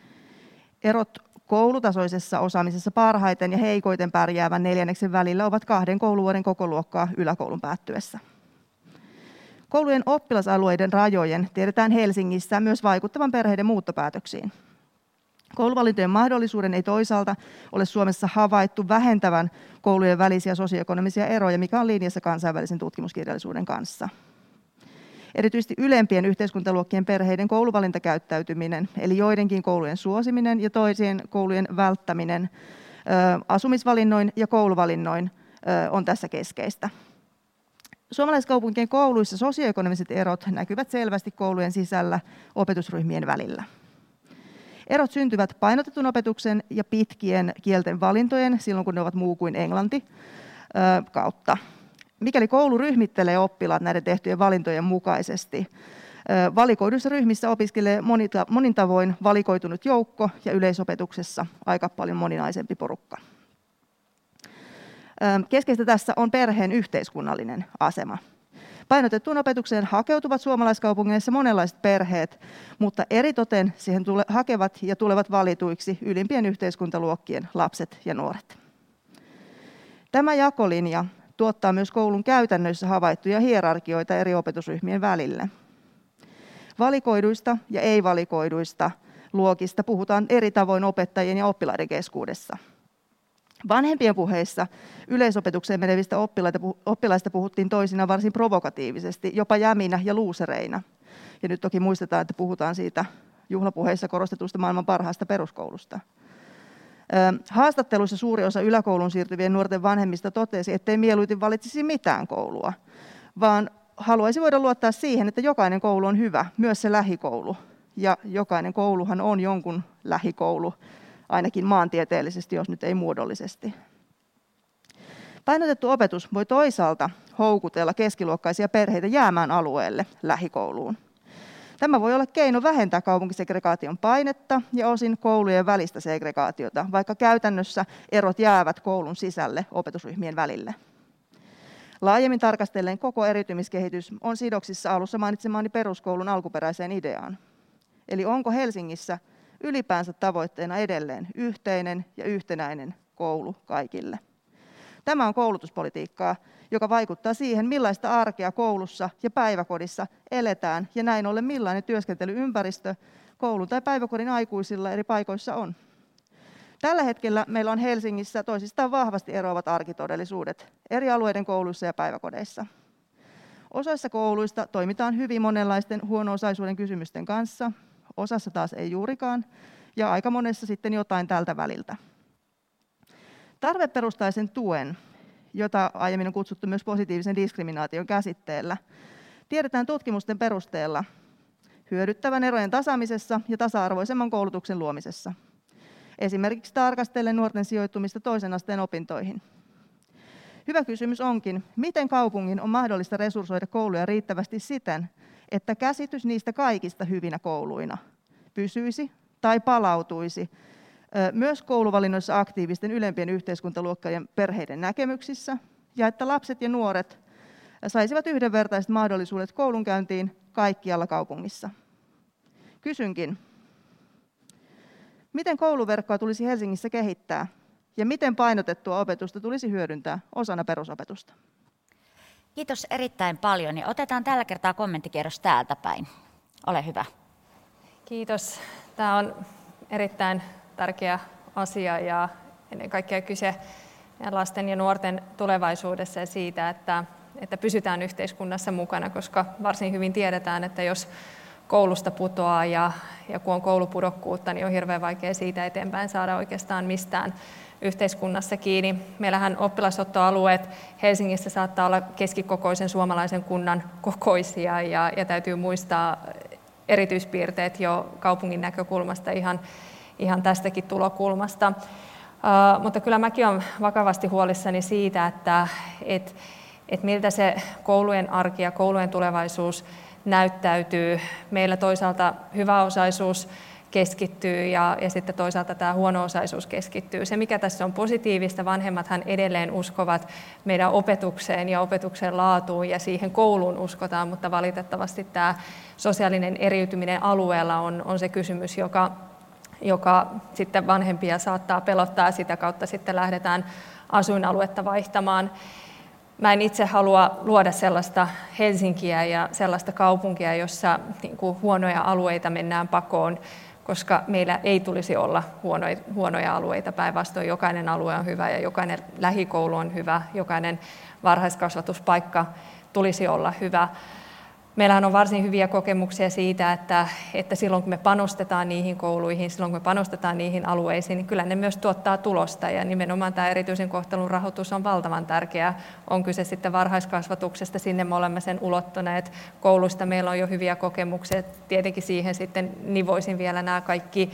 Erot koulutasoisessa osaamisessa parhaiten ja heikoiten pärjäävän neljänneksen välillä ovat kahden kouluvuoden kokoluokkaa yläkoulun päättyessä. Koulujen oppilasalueiden rajojen tiedetään Helsingissä myös vaikuttavan perheiden muuttopäätöksiin. Kouluvalintojen mahdollisuuden ei toisaalta ole Suomessa havaittu vähentävän koulujen välisiä sosioekonomisia eroja, mikä on linjassa kansainvälisen tutkimuskirjallisuuden kanssa. Erityisesti ylempien yhteiskuntaluokkien perheiden kouluvalintakäyttäytyminen, eli joidenkin koulujen suosiminen ja toisien koulujen välttäminen asumisvalinnoin ja kouluvalinnoin on tässä keskeistä. Suomalaiskaupunkien kouluissa sosioekonomiset erot näkyvät selvästi koulujen sisällä opetusryhmien välillä. Erot syntyvät painotetun opetuksen ja pitkien kielten valintojen, silloin kun ne ovat muu kuin englanti, kautta. Mikäli koulu ryhmittelee oppilaat näiden tehtyjen valintojen mukaisesti, valikoiduissa ryhmissä opiskelee monin tavoin valikoitunut joukko ja yleisopetuksessa aika paljon moninaisempi porukka. Keskeistä tässä on perheen yhteiskunnallinen asema. Painotettuun opetukseen hakeutuvat suomalaiskaupungeissa monenlaiset perheet, mutta eritoten siihen tule, hakevat ja tulevat valituiksi ylimpien yhteiskuntaluokkien lapset ja nuoret. Tämä jakolinja tuottaa myös koulun käytännöissä havaittuja hierarkioita eri opetusryhmien välille. Valikoiduista ja ei-valikoiduista luokista puhutaan eri tavoin opettajien ja oppilaiden keskuudessa. Vanhempien puheissa yleisopetukseen menevistä oppilaista puhuttiin toisinaan varsin provokatiivisesti, jopa jäminä ja luusereina. Ja nyt toki muistetaan, että puhutaan siitä juhlapuheissa korostetusta maailman parhaasta peruskoulusta. Haastatteluissa suuri osa yläkouluun siirtyvien nuorten vanhemmista totesi, ettei mieluiten valitsisi mitään koulua, vaan haluaisi voida luottaa siihen, että jokainen koulu on hyvä, myös se lähikoulu. Ja jokainen kouluhan on jonkun lähikoulu, ainakin maantieteellisesti, jos nyt ei muodollisesti. Painotettu opetus voi toisaalta houkutella keskiluokkaisia perheitä jäämään alueelle lähikouluun. Tämä voi olla keino vähentää kaupunkisegregaation painetta ja osin koulujen välistä segregaatiota, vaikka käytännössä erot jäävät koulun sisälle opetusryhmien välille. Laajemmin tarkastellen koko eriytymiskehitys on sidoksissa alussa mainitsemaani peruskoulun alkuperäiseen ideaan. Eli onko Helsingissä ylipäänsä tavoitteena edelleen yhteinen ja yhtenäinen koulu kaikille? Tämä on koulutuspolitiikkaa, joka vaikuttaa siihen, millaista arkea koulussa ja päiväkodissa eletään ja näin ollen millainen työskentelyympäristö koulun tai päiväkodin aikuisilla eri paikoissa on. Tällä hetkellä meillä on Helsingissä toisistaan vahvasti eroavat arkitodellisuudet eri alueiden kouluissa ja päiväkodeissa. Osassa kouluista toimitaan hyvin monenlaisten huono-osaisuuden kysymysten kanssa, osassa taas ei juurikaan ja aika monessa sitten jotain tältä väliltä. Tarveperustaisen tuen, jota aiemmin on kutsuttu myös positiivisen diskriminaation käsitteellä, tiedetään tutkimusten perusteella hyödyttävän erojen tasaamisessa ja tasa-arvoisemman koulutuksen luomisessa. Esimerkiksi tarkastellen nuorten sijoittumista toisen asteen opintoihin. Hyvä kysymys onkin, miten kaupungin on mahdollista resurssoida kouluja riittävästi siten, että käsitys niistä kaikista hyvinä kouluina pysyisi tai palautuisi myös kouluvalinnoissa aktiivisten ylempien yhteiskuntaluokkien perheiden näkemyksissä, ja että lapset ja nuoret saisivat yhdenvertaiset mahdollisuudet koulunkäyntiin kaikkialla kaupungissa. Kysynkin, miten kouluverkkoa tulisi Helsingissä kehittää, ja miten painotettua opetusta tulisi hyödyntää osana perusopetusta? Kiitos erittäin paljon, ja otetaan tällä kertaa kommenttikierros täältä päin. Ole hyvä. Kiitos. Tämä on erittäin tärkeä asia ja ennen kaikkea kyse lasten ja nuorten tulevaisuudessa ja siitä, että, että pysytään yhteiskunnassa mukana, koska varsin hyvin tiedetään, että jos koulusta putoaa ja, ja kun on koulupudokkuutta, niin on hirveän vaikea siitä eteenpäin saada oikeastaan mistään yhteiskunnassa kiinni. Meillähän oppilasottoalueet Helsingissä saattaa olla keskikokoisen suomalaisen kunnan kokoisia ja, ja täytyy muistaa erityispiirteet jo kaupungin näkökulmasta ihan, ihan tästäkin tulokulmasta. Uh, mutta kyllä mäkin olen vakavasti huolissani siitä, että et, et miltä se koulujen arki ja koulujen tulevaisuus näyttäytyy. Meillä toisaalta hyväosaisuus keskittyy ja, ja sitten toisaalta tämä huono-osaisuus keskittyy. Se, mikä tässä on positiivista, vanhemmathan edelleen uskovat meidän opetukseen ja opetuksen laatuun ja siihen kouluun uskotaan, mutta valitettavasti tämä sosiaalinen eriytyminen alueella on, on se kysymys, joka, joka sitten vanhempia saattaa pelottaa ja sitä kautta sitten lähdetään asuinaluetta vaihtamaan. Mä en itse halua luoda sellaista Helsinkiä ja sellaista kaupunkia, jossa niin kuin huonoja alueita mennään pakoon, koska meillä ei tulisi olla huonoja, huonoja alueita. Päinvastoin jokainen alue on hyvä ja jokainen lähikoulu on hyvä, jokainen varhaiskasvatuspaikka tulisi olla hyvä. Meillähän on varsin hyviä kokemuksia siitä, että, että silloin kun me panostetaan niihin kouluihin, silloin kun me panostetaan niihin alueisiin, niin kyllä ne myös tuottaa tulosta. Ja nimenomaan tämä erityisen kohtelun rahoitus on valtavan tärkeää. On kyse sitten varhaiskasvatuksesta, sinne me olemme sen ulottuneet. Koulusta meillä on jo hyviä kokemuksia. Tietenkin siihen sitten nivoisin vielä nämä kaikki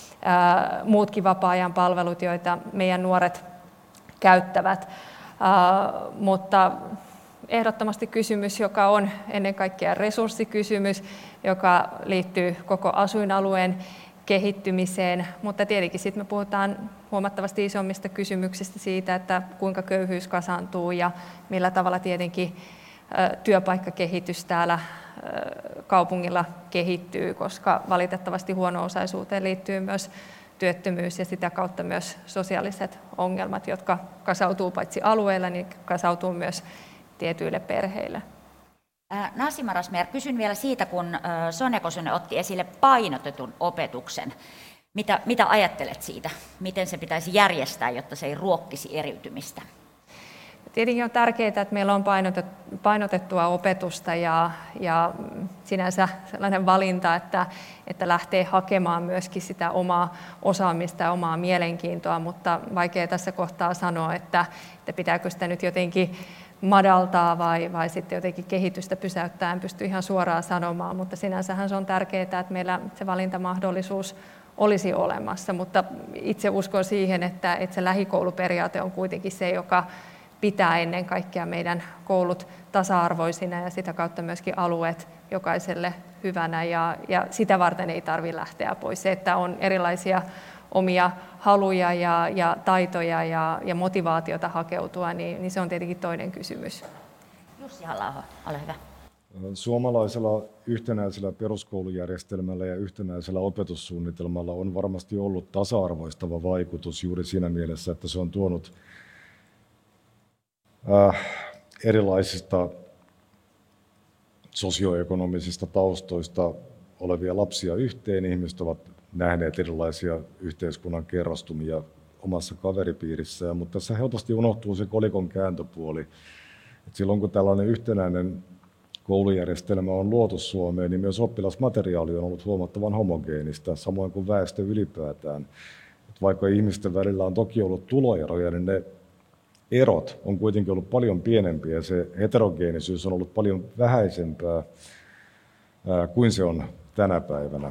ää, muutkin vapaa-ajan palvelut, joita meidän nuoret käyttävät. Ää, mutta ehdottomasti kysymys, joka on ennen kaikkea resurssikysymys, joka liittyy koko asuinalueen kehittymiseen, mutta tietenkin sitten me puhutaan huomattavasti isommista kysymyksistä siitä, että kuinka köyhyys kasaantuu ja millä tavalla tietenkin työpaikkakehitys täällä kaupungilla kehittyy, koska valitettavasti huono-osaisuuteen liittyy myös työttömyys ja sitä kautta myös sosiaaliset ongelmat, jotka kasautuu paitsi alueilla, niin kasautuu myös tietyille perheille. Nasima Razmyar, kysyn vielä siitä, kun Sonja Kosonen otti esille painotetun opetuksen. Mitä, mitä ajattelet siitä? Miten se pitäisi järjestää, jotta se ei ruokkisi eriytymistä? Tietenkin on tärkeää, että meillä on painotettua opetusta ja, ja sinänsä sellainen valinta, että, että lähtee hakemaan myöskin sitä omaa osaamista ja omaa mielenkiintoa, mutta vaikea tässä kohtaa sanoa, että, että pitääkö sitä nyt jotenkin madaltaa vai, vai sitten jotenkin kehitystä pysäyttää, en pysty ihan suoraan sanomaan, mutta sinänsähän se on tärkeää, että meillä se valintamahdollisuus olisi olemassa, mutta itse uskon siihen, että, että se lähikouluperiaate on kuitenkin se, joka pitää ennen kaikkea meidän koulut tasa-arvoisina ja sitä kautta myöskin alueet jokaiselle hyvänä ja, ja sitä varten ei tarvitse lähteä pois. Se, että on erilaisia omia haluja ja, ja taitoja ja, ja motivaatiota hakeutua, niin, niin se on tietenkin toinen kysymys. Jussi Halla-aho, ole hyvä. Suomalaisella yhtenäisellä peruskoulujärjestelmällä ja yhtenäisellä opetussuunnitelmalla on varmasti ollut tasa-arvoistava vaikutus juuri siinä mielessä, että se on tuonut äh, erilaisista sosioekonomisista taustoista olevia lapsia yhteen. Ihmiset ovat nähneet erilaisia yhteiskunnan kerrostumia omassa kaveripiirissään, mutta tässä helposti unohtuu se kolikon kääntöpuoli. Et silloin kun tällainen yhtenäinen koulujärjestelmä on luotu Suomeen, niin myös oppilasmateriaali on ollut huomattavan homogeenista, samoin kuin väestö ylipäätään. Et vaikka ihmisten välillä on toki ollut tuloeroja, niin ne erot on kuitenkin ollut paljon pienempiä ja se heterogeenisyys on ollut paljon vähäisempää ää, kuin se on tänä päivänä.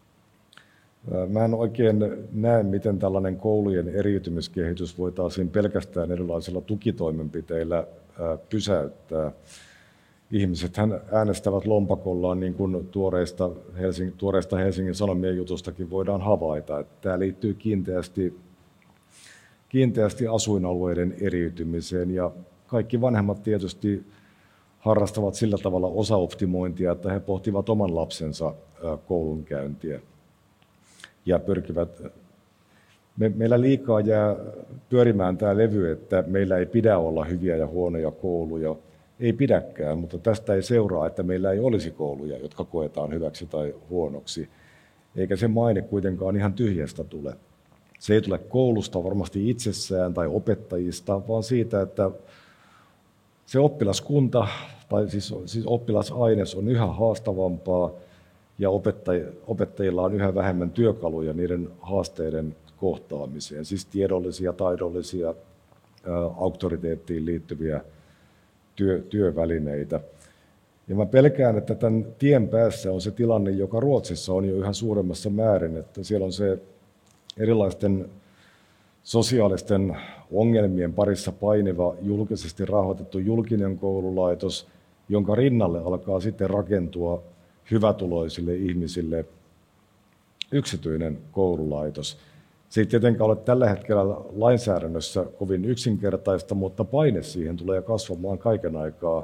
Ää, mä en oikein näe, miten tällainen koulujen eriytymiskehitys voitaisiin pelkästään erilaisilla tukitoimenpiteillä ää, pysäyttää. Ihmisethän äänestävät lompakollaan, niin kuin tuoreista Helsingin, tuoreista Helsingin Sanomien jutustakin voidaan havaita. Että tämä liittyy kiinteästi, kiinteästi asuinalueiden eriytymiseen ja kaikki vanhemmat tietysti harrastavat sillä tavalla osaoptimointia, että he pohtivat oman lapsensa koulunkäyntiä ja pyrkivät. Me, meillä liikaa jää pyörimään tämä levy, että meillä ei pidä olla hyviä ja huonoja kouluja. Ei pidäkään, mutta tästä ei seuraa, että meillä ei olisi kouluja, jotka koetaan hyväksi tai huonoksi. Eikä se maine kuitenkaan ihan tyhjästä tule. Se ei tule koulusta varmasti itsessään tai opettajista, vaan siitä, että se oppilaskunta tai siis, siis oppilasaines on yhä haastavampaa ja opettajilla on yhä vähemmän työkaluja niiden haasteiden kohtaamiseen. Siis tiedollisia, taidollisia, ä, auktoriteettiin liittyviä Työ, työvälineitä. Ja mä pelkään, että tämän tien päässä on se tilanne, joka Ruotsissa on jo yhä suuremmassa määrin, että siellä on se erilaisten sosiaalisten ongelmien parissa painiva julkisesti rahoitettu julkinen koululaitos, jonka rinnalle alkaa sitten rakentua hyvätuloisille ihmisille yksityinen koululaitos. Se ei tietenkään ole tällä hetkellä lainsäädännössä kovin yksinkertaista, mutta paine siihen tulee kasvamaan kaiken aikaa.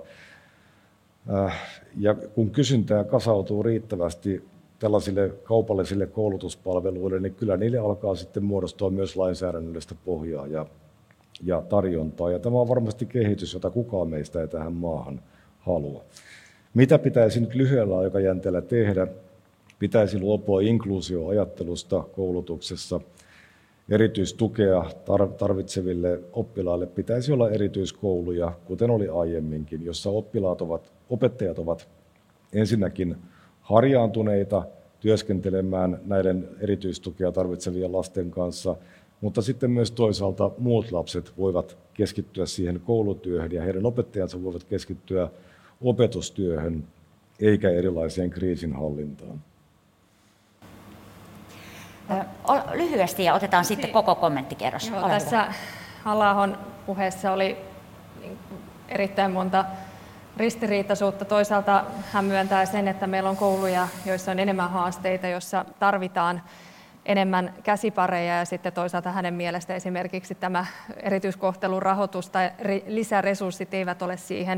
Ja kun kysyntää kasautuu riittävästi tällaisille kaupallisille koulutuspalveluille, niin kyllä niille alkaa sitten muodostua myös lainsäädännöllistä pohjaa ja, ja tarjontaa. Ja tämä on varmasti kehitys, jota kukaan meistä ei tähän maahan halua. Mitä pitäisi nyt lyhyellä aikajänteellä tehdä? Pitäisi luopua inkluusioajattelusta koulutuksessa. Erityistukea tarvitseville oppilaille pitäisi olla erityiskouluja, kuten oli aiemminkin, jossa oppilaat ovat, opettajat ovat ensinnäkin harjaantuneita työskentelemään näiden erityistukea tarvitsevien lasten kanssa, mutta sitten myös toisaalta muut lapset voivat keskittyä siihen koulutyöhön ja heidän opettajansa voivat keskittyä opetustyöhön eikä erilaiseen kriisinhallintaan. Lyhyesti ja otetaan sitten koko kommenttikierros. Joo, tässä Halla-ahon puheessa oli erittäin monta ristiriitaisuutta. Toisaalta hän myöntää sen, että meillä on kouluja, joissa on enemmän haasteita, joissa tarvitaan enemmän käsipareja ja sitten toisaalta hänen mielestä esimerkiksi tämä erityiskohtelun rahoitus tai lisäresurssit eivät ole siihen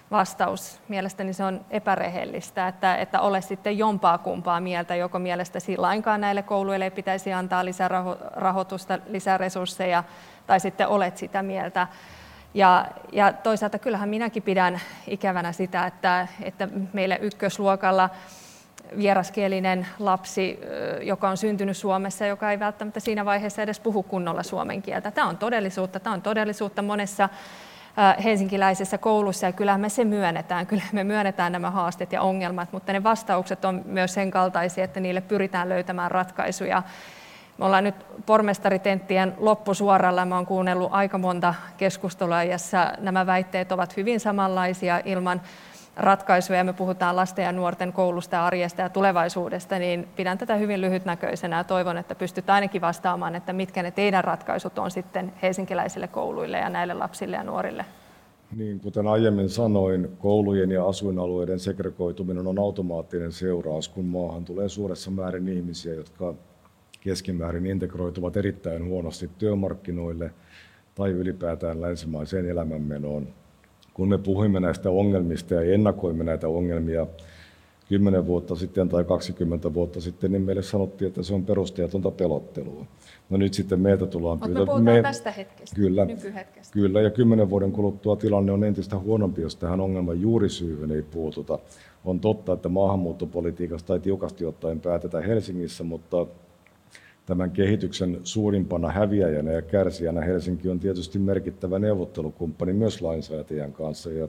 vastaus. Mielestäni se on epärehellistä, että, että ole sitten jompaa kumpaa mieltä, joko mielestäsi lainkaan näille kouluille ei pitäisi antaa lisärahoitusta, lisäresursseja, tai sitten olet sitä mieltä. Ja, ja toisaalta kyllähän minäkin pidän ikävänä sitä, että, että meille ykkösluokalla vieraskielinen lapsi, joka on syntynyt Suomessa, joka ei välttämättä siinä vaiheessa edes puhu kunnolla suomen kieltä. Tämä on todellisuutta, tämä on todellisuutta monessa helsinkiläisessä koulussa, ja kyllähän me se myönnetään, kyllä me myönnetään nämä haasteet ja ongelmat, mutta ne vastaukset on myös sen kaltaisia, että niille pyritään löytämään ratkaisuja. Me ollaan nyt pormestaritenttien loppusuoralla, mä oon kuunnellut aika monta keskustelua, jossa nämä väitteet ovat hyvin samanlaisia ilman ratkaisuja. Me puhutaan lasten ja nuorten koulusta ja arjesta ja tulevaisuudesta, niin pidän tätä hyvin lyhytnäköisenä ja toivon, että pystyt ainakin vastaamaan, että mitkä ne teidän ratkaisut on sitten helsinkiläisille kouluille ja näille lapsille ja nuorille. Niin, kuten aiemmin sanoin, koulujen ja asuinalueiden segregoituminen on automaattinen seuraus, kun maahan tulee suuressa määrin ihmisiä, jotka keskimäärin integroituvat erittäin huonosti työmarkkinoille tai ylipäätään länsimaiseen elämänmenoon. Kun me puhuimme näistä ongelmista ja ennakoimme näitä ongelmia kymmenen vuotta sitten tai kaksikymmentä vuotta sitten, niin meille sanottiin, että se on perusteetonta pelottelua. No nyt sitten meiltä tullaan pyytää. Mutta me puhutaan me... tästä hetkestä, kyllä, nykyhetkestä. Kyllä, ja kymmenen vuoden kuluttua tilanne on entistä huonompi, jos tähän ongelman juurisyyhyn ei puututa. On totta, että maahanmuuttopolitiikasta ei tiukasti ottaen päätetä Helsingissä, mutta tämän kehityksen suurimpana häviäjänä ja kärsijänä Helsinki on tietysti merkittävä neuvottelukumppani myös lainsäätäjän kanssa. Ja,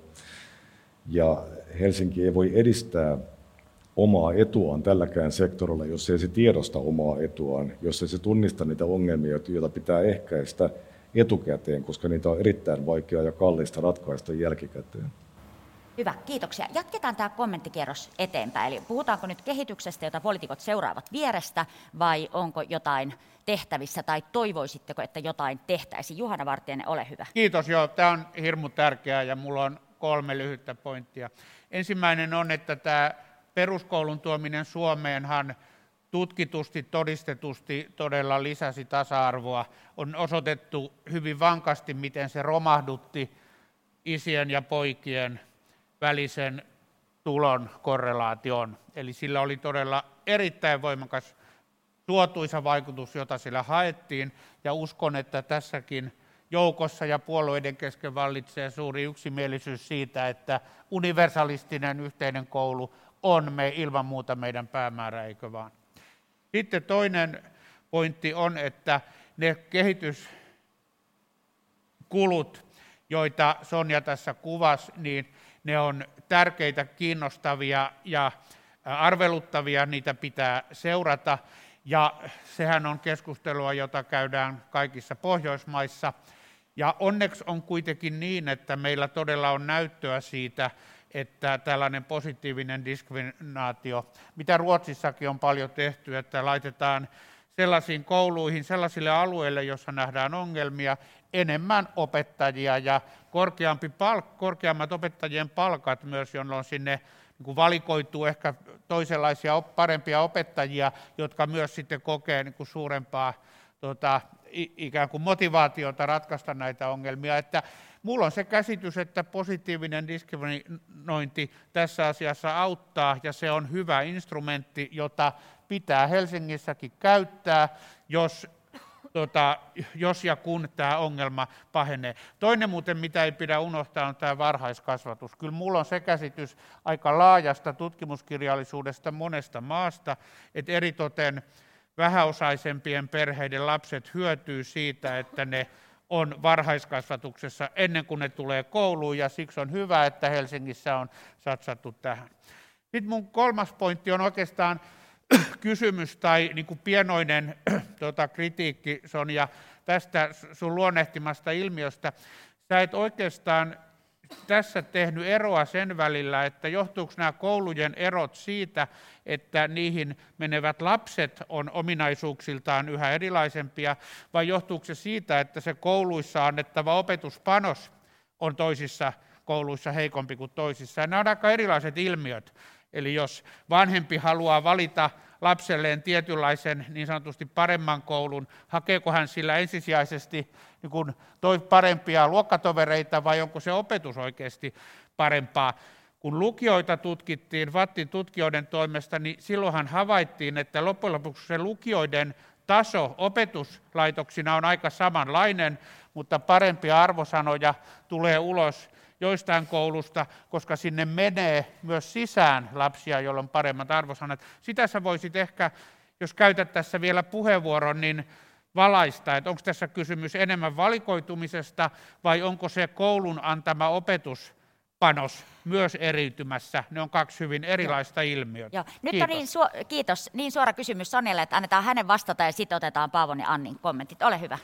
ja Helsinki ei voi edistää omaa etuaan tälläkään sektorilla, jos ei se tiedosta omaa etuaan, jos ei se tunnista niitä ongelmia, joita pitää ehkäistä etukäteen, koska niitä on erittäin vaikeaa ja kallista ratkaista jälkikäteen. Hyvä, kiitoksia. Jatketaan tämä kommenttikierros eteenpäin. Eli puhutaanko nyt kehityksestä, jota poliitikot seuraavat vierestä, vai onko jotain tehtävissä, tai toivoisitteko, että jotain tehtäisiin? Juhana Vartiainen, ole hyvä. Kiitos, joo. Tämä on hirmu tärkeää, ja mulla on kolme lyhyttä pointtia. Ensimmäinen on, että tämä peruskoulun tuominen Suomeenhan tutkitusti, todistetusti todella lisäsi tasa-arvoa. On osoitettu hyvin vankasti, miten se romahdutti isien ja poikien välisen tulon korrelaation. Eli sillä oli todella erittäin voimakas suotuisa vaikutus, jota sillä haettiin, ja uskon, että tässäkin joukossa ja puolueiden kesken vallitsee suuri yksimielisyys siitä, että universalistinen yhteinen koulu on me ilman muuta meidän päämäärä, eikö vaan? Sitten toinen pointti on, että ne kehityskulut, joita Sonja tässä kuvasi, niin ne on tärkeitä, kiinnostavia ja arveluttavia, niitä pitää seurata. Ja sehän on keskustelua, jota käydään kaikissa Pohjoismaissa. Ja onneksi on kuitenkin niin, että meillä todella on näyttöä siitä, että tällainen positiivinen diskriminaatio, mitä Ruotsissakin on paljon tehty, että laitetaan sellaisiin kouluihin, sellaisille alueille, joissa nähdään ongelmia, enemmän opettajia ja korkeampi palk, korkeammat opettajien palkat myös, jolloin sinne niin kuin valikoituu ehkä toisenlaisia parempia opettajia, jotka myös sitten kokee niin kuin suurempaa tota, ikään kuin motivaatiota ratkaista näitä ongelmia. Että mulla on se käsitys, että positiivinen diskriminointi tässä asiassa auttaa, ja se on hyvä instrumentti, jota pitää Helsingissäkin käyttää, jos, tota, jos ja kun tämä ongelma pahenee. Toinen muuten, mitä ei pidä unohtaa, on tämä varhaiskasvatus. Kyllä mulla on se käsitys aika laajasta tutkimuskirjallisuudesta monesta maasta, että eritoten vähäosaisempien perheiden lapset hyötyy siitä, että ne on varhaiskasvatuksessa ennen kuin ne tulee kouluun, ja siksi on hyvä, että Helsingissä on satsattu tähän. Sitten mun kolmas pointti on oikeastaan kysymys tai niin kuin pienoinen tota, kritiikki, Sonja, tästä sun luonnehtimasta ilmiöstä. Sä et oikeastaan tässä tehnyt eroa sen välillä, että johtuuko nämä koulujen erot siitä, että niihin menevät lapset on ominaisuuksiltaan yhä erilaisempia, vai johtuuko se siitä, että se kouluissa annettava opetuspanos on toisissa kouluissa heikompi kuin toisissa. Ja nämä on aika erilaiset ilmiöt. Eli jos vanhempi haluaa valita lapselleen tietynlaisen niin sanotusti paremman koulun, hakeeko hän sillä ensisijaisesti niin kuin toi parempia luokkatovereita vai onko se opetus oikeasti parempaa. Kun lukioita tutkittiin V A T:n tutkijoiden toimesta, niin silloinhan havaittiin, että loppujen lopuksi se lukioiden taso opetuslaitoksina on aika samanlainen, mutta parempia arvosanoja tulee ulos joistain koulusta, koska sinne menee myös sisään lapsia, joilla on paremmat arvosanat. Sitä sä voisit ehkä, jos käytät tässä vielä puheenvuoron, niin valaista, että onko tässä kysymys enemmän valikoitumisesta vai onko se koulun antama opetuspanos myös eriytymässä. Ne on kaksi hyvin erilaista Joo. ilmiötä. Joo. Nyt kiitos. on niin, su- kiitos. niin suora kysymys Sonjalle, että annetaan hänen vastata ja sitten otetaan Paavon ja Annin kommentit. Ole hyvä.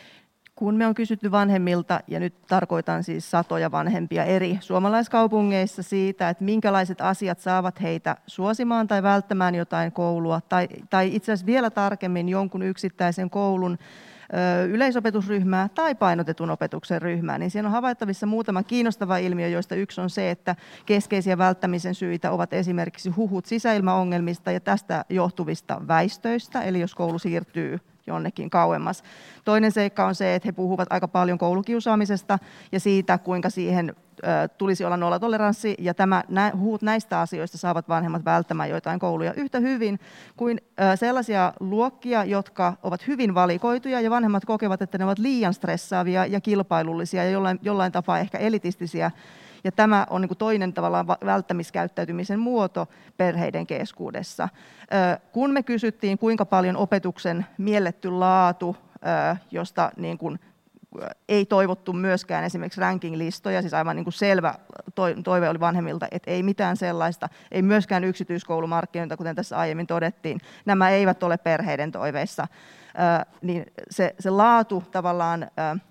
Kun me on kysytty vanhemmilta, ja nyt tarkoitan siis satoja vanhempia eri suomalaiskaupungeissa siitä, että minkälaiset asiat saavat heitä suosimaan tai välttämään jotain koulua, tai, tai itse asiassa vielä tarkemmin jonkun yksittäisen koulun ö, yleisopetusryhmää tai painotetun opetuksen ryhmää, niin siinä on havaittavissa muutama kiinnostava ilmiö, joista yksi on se, että keskeisiä välttämisen syitä ovat esimerkiksi huhut sisäilmaongelmista ja tästä johtuvista väistöistä, eli jos koulu siirtyy jonnekin kauemmas. Toinen seikka on se, että he puhuvat aika paljon koulukiusaamisesta ja siitä, kuinka siihen ö, tulisi olla nollatoleranssi, ja tämä, nä, huut näistä asioista saavat vanhemmat välttämään joitain kouluja yhtä hyvin kuin ö, sellaisia luokkia, jotka ovat hyvin valikoituja, ja vanhemmat kokevat, että ne ovat liian stressaavia ja kilpailullisia ja jollain, jollain tapaa ehkä elitistisiä. Ja tämä on niin kuin toinen tavallaan välttämiskäyttäytymisen muoto perheiden keskuudessa. Kun me kysyttiin, kuinka paljon opetuksen mielletty laatu, josta niin kuin ei toivottu myöskään esimerkiksi ranking-listoja, siis aivan niin kuin selvä toive oli vanhemmilta, että ei mitään sellaista, ei myöskään yksityiskoulumarkkinoita, kuten tässä aiemmin todettiin, nämä eivät ole perheiden toiveissa, niin se, se laatu tavallaan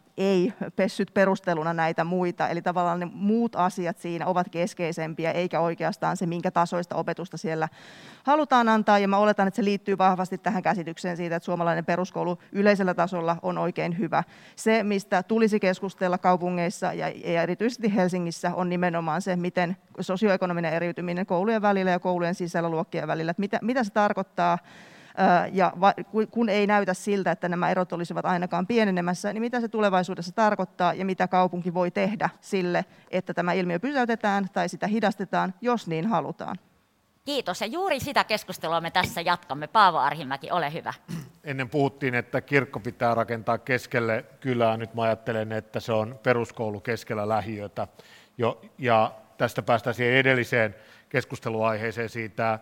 ei pessyt perusteluna näitä muita, eli tavallaan ne muut asiat siinä ovat keskeisempiä, eikä oikeastaan se, minkä tasoista opetusta siellä halutaan antaa, ja mä oletan, että se liittyy vahvasti tähän käsitykseen siitä, että suomalainen peruskoulu yleisellä tasolla on oikein hyvä. Se, mistä tulisi keskustella kaupungeissa ja erityisesti Helsingissä, on nimenomaan se, miten sosioekonominen eriytyminen koulujen välillä ja koulujen sisällä luokkien välillä, että mitä, mitä se tarkoittaa, ja kun ei näytä siltä, että nämä erot olisivat ainakaan pienenemässä, niin mitä se tulevaisuudessa tarkoittaa ja mitä kaupunki voi tehdä sille, että tämä ilmiö pysäytetään tai sitä hidastetaan, jos niin halutaan. Kiitos, ja juuri sitä keskustelua me tässä jatkamme. Paavo Arhimäki, ole hyvä. Ennen puhuttiin, että kirkko pitää rakentaa keskelle kylää. Nyt mä ajattelen, että se on peruskoulu keskellä lähiötä. Jo, ja tästä päästään siihen edelliseen keskusteluaiheeseen siitä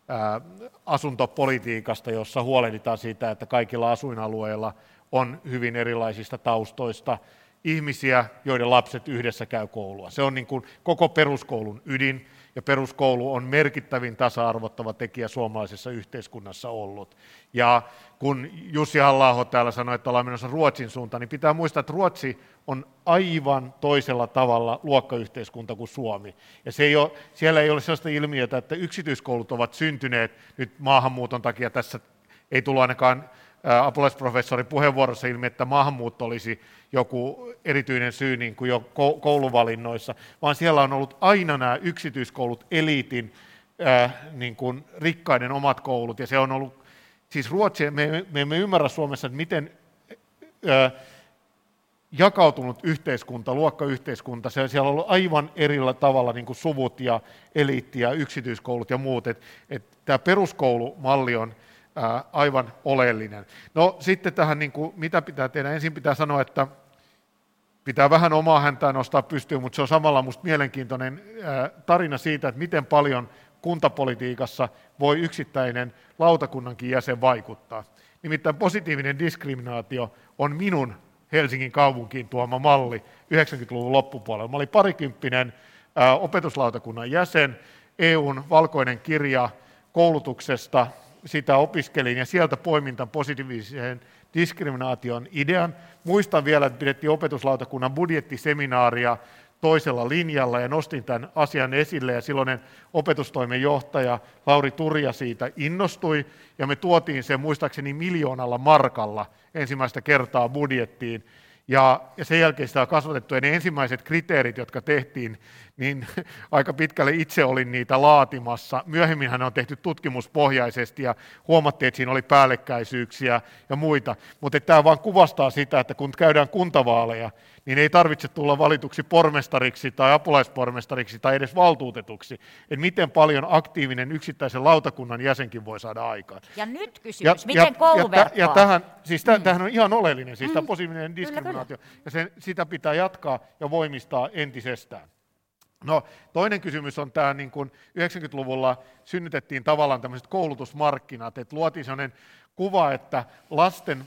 asuntopolitiikasta, jossa huolehditaan siitä, että kaikilla asuinalueilla on hyvin erilaisista taustoista ihmisiä, joiden lapset yhdessä käy koulua. Se on niin kuin koko peruskoulun ydin, ja peruskoulu on merkittävin tasa-arvottava tekijä suomalaisessa yhteiskunnassa ollut. Ja kun Jussi Halla-aho täällä sanoi, että ollaan menossa Ruotsin suuntaan, niin pitää muistaa, että Ruotsi on aivan toisella tavalla luokkayhteiskunta kuin Suomi. Ja se ei ole, siellä ei ole sellaista ilmiötä, että yksityiskoulut ovat syntyneet nyt maahanmuuton takia. Tässä ei tullut ainakaan apulaisprofessorin puheenvuorossa ilmi, että maahanmuutto olisi joku erityinen syy niin kuin jo kouluvalinnoissa, vaan siellä on ollut aina nämä yksityiskoulut, eliitin, äh, niin kuin rikkaiden omat koulut, ja se on ollut, siis Ruotsi, me, me emme ymmärrä Suomessa, että miten äh, jakautunut yhteiskunta, luokkayhteiskunta, se, siellä on ollut aivan erillä tavalla niin kuin suvut ja eliitti ja yksityiskoulut ja muut, että et tämä peruskoulumalli on Ää, aivan oleellinen. No sitten tähän, niin kuin, mitä pitää tehdä? Ensin pitää sanoa, että pitää vähän omaa häntää nostaa pystyyn, mutta se on samalla musta mielenkiintoinen ää, tarina siitä, että miten paljon kuntapolitiikassa voi yksittäinen lautakunnankin jäsen vaikuttaa. Nimittäin positiivinen diskriminaatio on minun Helsingin kaupunkiin tuoma malli yhdeksänkymmentäluvun loppupuolella. Mä olin parikymppinen ää, opetuslautakunnan jäsen, E U:n valkoinen kirja koulutuksesta, sitä opiskelin ja sieltä poimin tämän positiivisen diskriminaation idean. Muistan vielä, että pidettiin opetuslautakunnan budjettiseminaaria toisella linjalla ja nostin tämän asian esille ja silloinen opetustoimen johtaja Lauri Turja siitä innostui ja me tuotiin sen muistaakseni miljoonalla markalla ensimmäistä kertaa budjettiin. Ja, ja sen jälkeen sitä on kasvatettu ja ne ensimmäiset kriteerit, jotka tehtiin, niin aika pitkälle itse olin niitä laatimassa. Myöhemminhän ne on tehty tutkimuspohjaisesti ja huomattiin, että siinä oli päällekkäisyyksiä ja muita. Mutta tämä vaan kuvastaa sitä, että kun käydään kuntavaaleja, niin ei tarvitse tulla valituksi pormestariksi tai apulaispormestariksi tai edes valtuutetuksi. Että miten paljon aktiivinen yksittäisen lautakunnan jäsenkin voi saada aikaan. Ja nyt kysymys, ja, miten ja, kouluverkkoa? Ja, ja tähän, siis täh, mm. tämähän on ihan oleellinen, siis mm. tämä positiivinen Kyllä, diskriminaatio, kyllä. ja sen, sitä pitää jatkaa ja voimistaa entisestään. No, toinen kysymys on tämä, niin kuin yhdeksänkymmentäluvulla synnytettiin tavallaan tämmöiset koulutusmarkkinat, että luotiin sellainen kuva, että lasten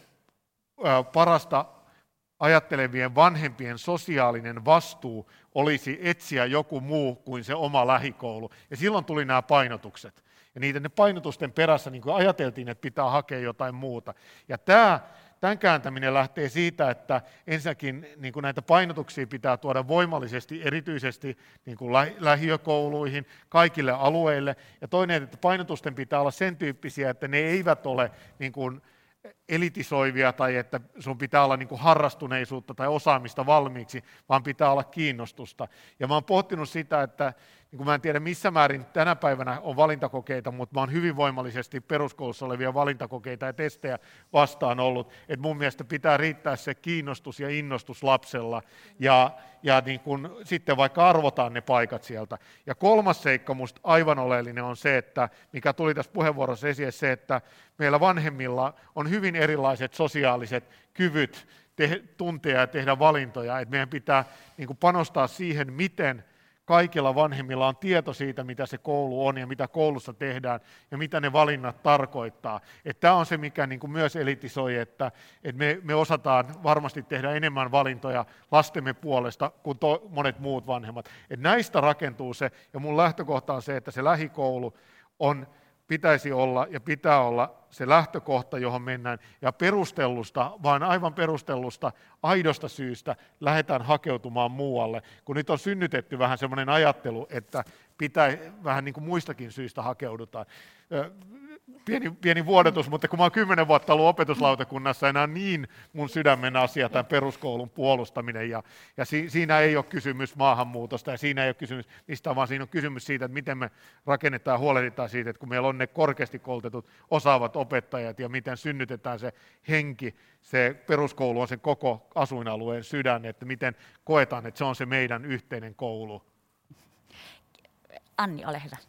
ää, parasta ajattelevien vanhempien sosiaalinen vastuu olisi etsiä joku muu kuin se oma lähikoulu. Ja silloin tuli nämä painotukset. Ja niiden painotusten perässä niin kuin ajateltiin, että pitää hakea jotain muuta. Ja tämä, tämän kääntäminen lähtee siitä, että ensinnäkin niin kuin näitä painotuksia pitää tuoda voimallisesti, erityisesti niin kuin lähiökouluihin, kaikille alueille. Ja toinen, että painotusten pitää olla sen tyyppisiä, että ne eivät ole niin kuin elitisoivia tai että sun pitää olla niin kuin harrastuneisuutta tai osaamista valmiiksi, vaan pitää olla kiinnostusta. Ja mä oon pohtinut sitä, että niin kuin mä en tiedä missä määrin tänä päivänä on valintakokeita, mutta mä oon hyvin voimallisesti peruskoulussa olevia valintakokeita ja testejä vastaan ollut, että mun mielestä pitää riittää se kiinnostus ja innostus lapsella ja, ja niin kuin sitten vaikka arvotaan ne paikat sieltä. Ja kolmas seikka musta aivan oleellinen on se, että mikä tuli tässä puheenvuorossa esille, se, että meillä vanhemmilla on hyvin erilaiset sosiaaliset kyvyt te- tuntea ja tehdä valintoja, että meidän pitää niin kuin panostaa siihen, miten kaikilla vanhemmilla on tieto siitä, mitä se koulu on ja mitä koulussa tehdään ja mitä ne valinnat tarkoittaa. Että tämä on se, mikä niin kuin myös elitisoi, että, että me, me osataan varmasti tehdä enemmän valintoja lastemme puolesta kuin to, monet muut vanhemmat. Että näistä rakentuu se, ja mun lähtökohta on se, että se lähikoulu on, pitäisi olla ja pitää olla se lähtökohta, johon mennään, ja perustellusta, vaan aivan perustellusta, aidosta syystä lähdetään hakeutumaan muualle, kun nyt on synnytetty vähän semmoinen ajattelu, että pitää vähän niin kuin muistakin syistä hakeudutaan. Pieni, pieni vuodatus, mutta kun mä oon kymmenen vuotta ollut opetuslautakunnassa, enää niin mun sydämen asia tämän peruskoulun puolustaminen, ja, ja si, siinä ei ole kysymys maahanmuutosta, ja siinä ei ole kysymys mistään, vaan siinä on kysymys siitä, että miten me rakennetaan ja huolehditaan siitä, että kun meillä on ne korkeasti koulutetut osaavat opettajat, ja miten synnytetään se henki, se peruskoulu on sen koko asuinalueen sydän, että miten koetaan, että se on se meidän yhteinen koulu. Anni, ole hyvä.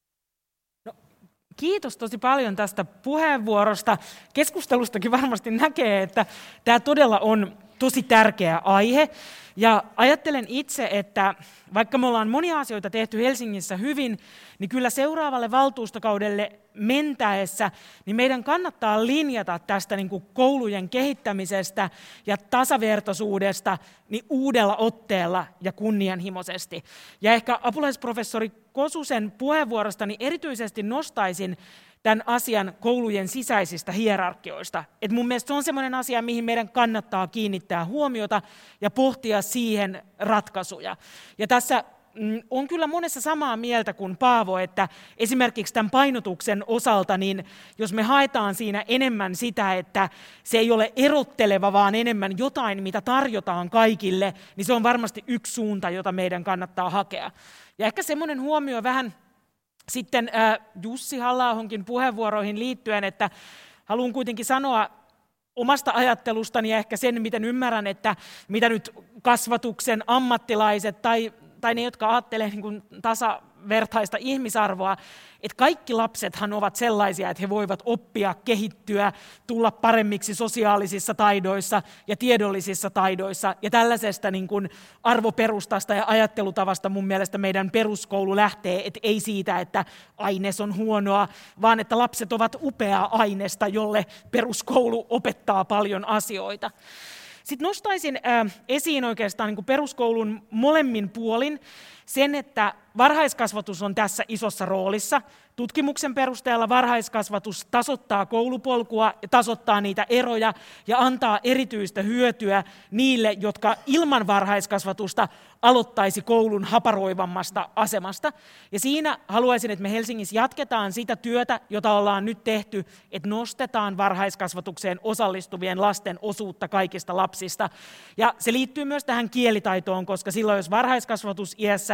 Kiitos tosi paljon tästä puheenvuorosta. Keskustelustakin varmasti näkee, että tämä todella on tosi tärkeä aihe. Ja ajattelen itse, että vaikka me ollaan monia asioita tehty Helsingissä hyvin, niin kyllä seuraavalle valtuustokaudelle mentäessä, niin meidän kannattaa linjata tästä niin kuin koulujen kehittämisestä ja tasavertaisuudesta niin uudella otteella ja kunnianhimoisesti. Ja ehkä apulaisprofessori Kosusen puheenvuorosta niin erityisesti nostaisin tämän asian koulujen sisäisistä hierarkioista. Et mun mielestä se on sellainen asia, mihin meidän kannattaa kiinnittää huomiota ja pohtia siihen ratkaisuja. Ja tässä on kyllä monessa samaa mieltä kuin Paavo, että esimerkiksi tämän painotuksen osalta, niin jos me haetaan siinä enemmän sitä, että se ei ole erotteleva, vaan enemmän jotain, mitä tarjotaan kaikille, niin se on varmasti yksi suunta, jota meidän kannattaa hakea. Ja ehkä semmoinen huomio vähän sitten äh, Jussi Halla-ahonkin puheenvuoroihin liittyen, että haluan kuitenkin sanoa omasta ajattelustani ja ehkä sen, miten ymmärrän, että mitä nyt kasvatuksen ammattilaiset tai, tai ne, jotka ajattelevat niin kuin tasavertaista ihmisarvoa, että kaikki lapsethan ovat sellaisia, että he voivat oppia, kehittyä, tulla paremmiksi sosiaalisissa taidoissa ja tiedollisissa taidoissa. Ja tällaisesta niin kuin arvoperustasta ja ajattelutavasta mun mielestä meidän peruskoulu lähtee, että ei siitä, että aines on huonoa, vaan että lapset ovat upeaa aineesta, jolle peruskoulu opettaa paljon asioita. Sitten nostaisin äh, esiin oikeastaan niin kuin peruskoulun molemmin puolin sen, että varhaiskasvatus on tässä isossa roolissa. Tutkimuksen perusteella varhaiskasvatus tasoittaa koulupolkua ja tasoittaa niitä eroja ja antaa erityistä hyötyä niille, jotka ilman varhaiskasvatusta aloittaisi koulun haparoivammasta asemasta. Ja siinä haluaisin, että me Helsingissä jatketaan sitä työtä, jota ollaan nyt tehty, että nostetaan varhaiskasvatukseen osallistuvien lasten osuutta kaikista lapsista. Ja se liittyy myös tähän kielitaitoon, koska silloin jos varhaiskasvatusiässä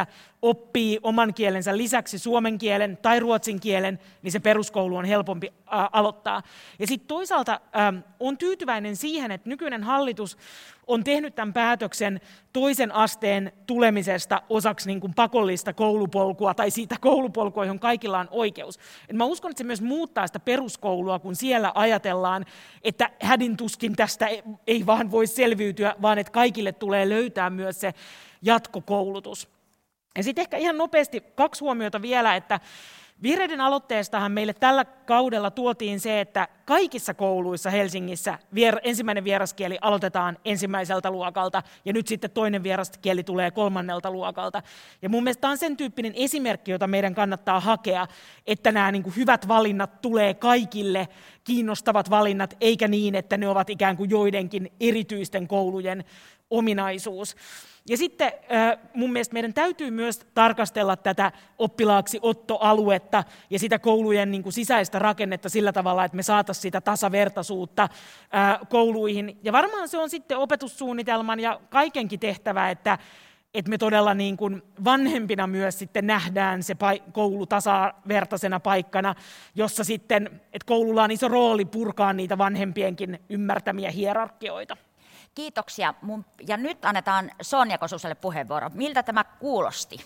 Helsingissä oppii oman kielensä lisäksi suomen kielen tai ruotsin kielen, niin se peruskoulu on helpompi ä, aloittaa. Ja sitten toisaalta ä, on tyytyväinen siihen, että nykyinen hallitus on tehnyt tämän päätöksen toisen asteen tulemisesta osaksi niin kuin pakollista koulupolkua tai siitä koulupolkua, johon kaikilla on oikeus. Et mä uskon, että se myös muuttaa sitä peruskoulua, kun siellä ajatellaan, että hädintuskin tästä ei vaan voi selviytyä, vaan että kaikille tulee löytää myös se jatkokoulutus. Ja sitten ehkä ihan nopeasti kaksi huomiota vielä, että vihreiden aloitteestahan meille tällä kaudella tuotiin se, että kaikissa kouluissa Helsingissä vier- ensimmäinen vieraskieli aloitetaan ensimmäiseltä luokalta ja nyt sitten toinen vieraskieli tulee kolmannelta luokalta. Ja mun mielestä tämä on sen tyyppinen esimerkki, jota meidän kannattaa hakea, että nämä niin kuin hyvät valinnat tulee kaikille, kiinnostavat valinnat, eikä niin, että ne ovat ikään kuin joidenkin erityisten koulujen ominaisuus. Ja sitten mun mielestä meidän täytyy myös tarkastella tätä oppilaaksi ottoaluetta ja sitä koulujen niin kuin sisäistä rakennetta sillä tavalla, että me saataisiin sitä tasavertaisuutta kouluihin. Ja varmaan se on sitten opetussuunnitelman ja kaikenkin tehtävä, että, että me todella niin kuin vanhempina myös sitten nähdään se koulu tasavertaisena paikkana, jossa sitten, että koululla on iso rooli purkaa niitä vanhempienkin ymmärtämiä hierarkioita. Kiitoksia. Ja nyt annetaan Sonja Kosuselle puheenvuoro. Miltä tämä kuulosti?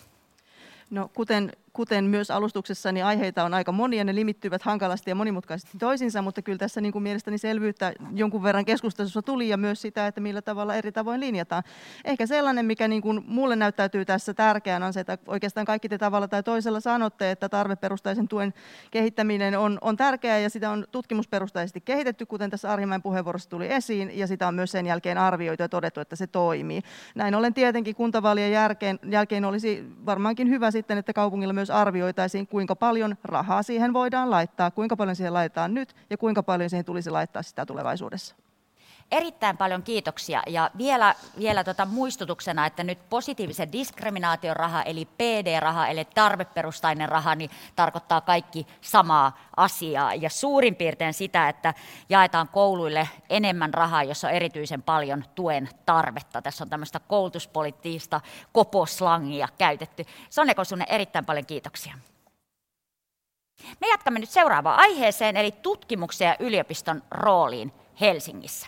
No, kuten, kuten myös alustuksessani aiheita on aika monia, ne limittyvät hankalasti ja monimutkaisesti toisinsa, mutta kyllä tässä niin kuin mielestäni selvyyttä jonkun verran keskustelussa tuli ja myös sitä, että millä tavalla eri tavoin linjataan. Ehkä sellainen, mikä niin kuin mulle näyttäytyy tässä tärkeänä on se, että oikeastaan kaikki te tavalla tai toisella sanotte, että tarveperustaisen tuen kehittäminen on, on tärkeää ja sitä on tutkimusperustaisesti kehitetty, kuten tässä Arhinmäen puheenvuorossa tuli esiin, ja sitä on myös sen jälkeen arvioitu ja todettu, että se toimii. Näin ollen tietenkin kuntavaalien jälkeen, jälkeen olisi varmaankin hyvä sitten, että kaupungilla myös arvioitaisiin, kuinka paljon rahaa siihen voidaan laittaa, kuinka paljon siihen laitetaan nyt ja kuinka paljon siihen tulisi laittaa sitä tulevaisuudessa. Erittäin paljon kiitoksia ja vielä, vielä tota muistutuksena, että nyt positiivisen diskriminaation raha eli P D-raha eli tarveperustainen raha niin tarkoittaa kaikki samaa asiaa ja suurin piirtein sitä, että jaetaan kouluille enemmän rahaa, jossa on erityisen paljon tuen tarvetta. Tässä on tämmöistä koulutuspoliittista koposlangia käytetty. Sonja Kosunen, erittäin paljon kiitoksia. Me jatkamme nyt seuraavaan aiheeseen eli tutkimuksen ja yliopiston rooliin Helsingissä.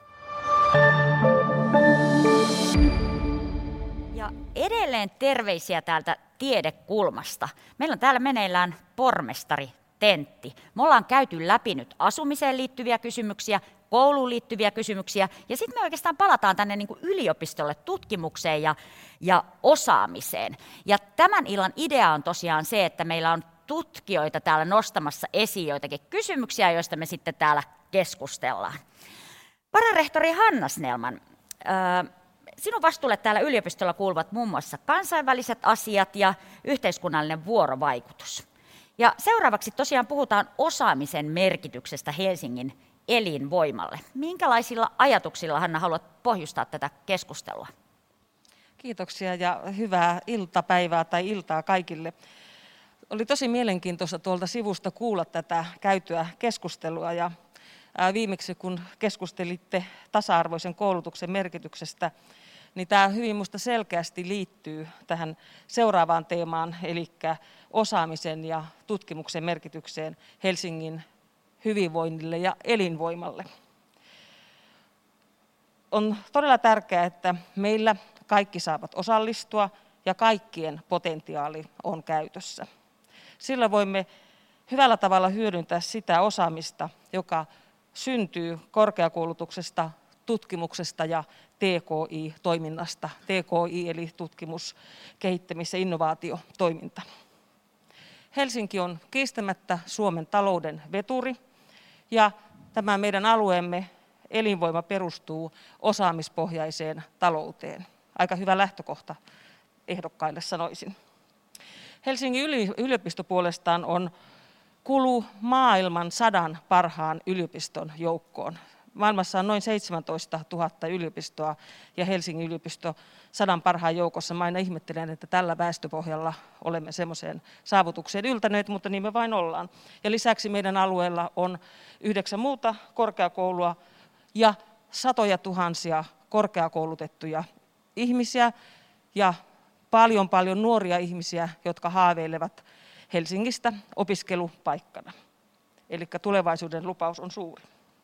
Ja edelleen terveisiä täältä tiedekulmasta. Meillä on täällä meneillään pormestaritentti. Me ollaan käyty läpi nyt asumiseen liittyviä kysymyksiä, kouluun liittyviä kysymyksiä, ja sitten me oikeastaan palataan tänne niin kuin yliopistolle tutkimukseen ja, ja osaamiseen. Ja tämän illan idea on tosiaan se, että meillä on tutkijoita täällä nostamassa esiin joitakin kysymyksiä, joista me sitten täällä keskustellaan. Vararehtori Hanna Snellman, sinun vastuulle täällä yliopistolla kuuluvat muun muassa kansainväliset asiat ja yhteiskunnallinen vuorovaikutus. Ja seuraavaksi tosiaan puhutaan osaamisen merkityksestä Helsingin elinvoimalle. Minkälaisilla ajatuksilla, Hanna, haluat pohjustaa tätä keskustelua? Kiitoksia ja hyvää iltapäivää tai iltaa kaikille. Oli tosi mielenkiintoista tuolta sivusta kuulla tätä käytyä keskustelua ja viimeksi kun keskustelitte tasa-arvoisen koulutuksen merkityksestä, niin tämä hyvin minusta selkeästi liittyy tähän seuraavaan teemaan, eli osaamisen ja tutkimuksen merkitykseen Helsingin hyvinvoinnille ja elinvoimalle. On todella tärkeää, että meillä kaikki saavat osallistua ja kaikkien potentiaali on käytössä. Sillä voimme hyvällä tavalla hyödyntää sitä osaamista, joka syntyy korkeakoulutuksesta, tutkimuksesta ja T K I-toiminnasta. T K I eli tutkimus-, kehittämis- ja innovaatiotoiminta. Helsinki on kiistämättä Suomen talouden veturi ja tämä meidän alueemme elinvoima perustuu osaamispohjaiseen talouteen. Aika hyvä lähtökohta ehdokkaille sanoisin. Helsingin yliopisto puolestaan on kuuluu maailman sadan parhaan yliopiston joukkoon. Maailmassa on noin seitsemäntoista tuhatta yliopistoa ja Helsingin yliopisto sadan parhaan joukossa. Mä aina ihmettelen, että tällä väestöpohjalla olemme semmoiseen saavutukseen yltäneet, mutta niin me vain ollaan. Ja lisäksi meidän alueella on yhdeksän muuta korkeakoulua ja satoja tuhansia korkeakoulutettuja ihmisiä ja paljon paljon nuoria ihmisiä, jotka haaveilevat Helsingistä opiskelupaikkana. Eli tulevaisuuden lupaus on suuri.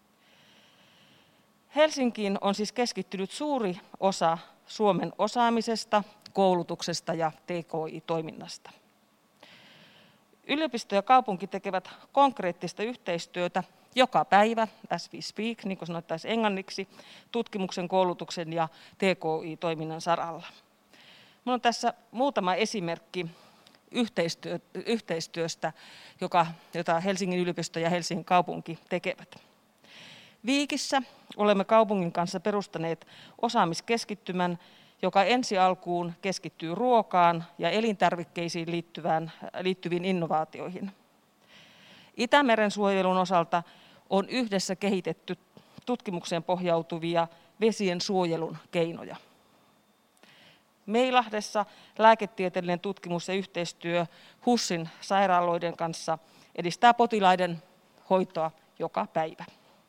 Helsinkiin on siis keskittynyt suuri osa Suomen osaamisesta, koulutuksesta ja T K I-toiminnasta. Yliopisto ja kaupunki tekevät konkreettista yhteistyötä joka päivä, as we speak, niin kuin sanottaisiin englanniksi, tutkimuksen, koulutuksen ja T K I-toiminnan saralla. Minulla on tässä muutama esimerkki yhteistyö, yhteistyöstä, joka, jota Helsingin yliopisto ja Helsingin kaupunki tekevät. Viikissä olemme kaupungin kanssa perustaneet osaamiskeskittymän, joka ensi alkuun keskittyy ruokaan ja elintarvikkeisiin liittyvään, liittyviin innovaatioihin. Itämeren suojelun osalta on yhdessä kehitetty tutkimukseen pohjautuvia vesien suojelun keinoja. Meilahdessa lääketieteellinen tutkimus ja yhteistyö HUSin sairaaloiden kanssa edistää potilaiden hoitoa joka päivä.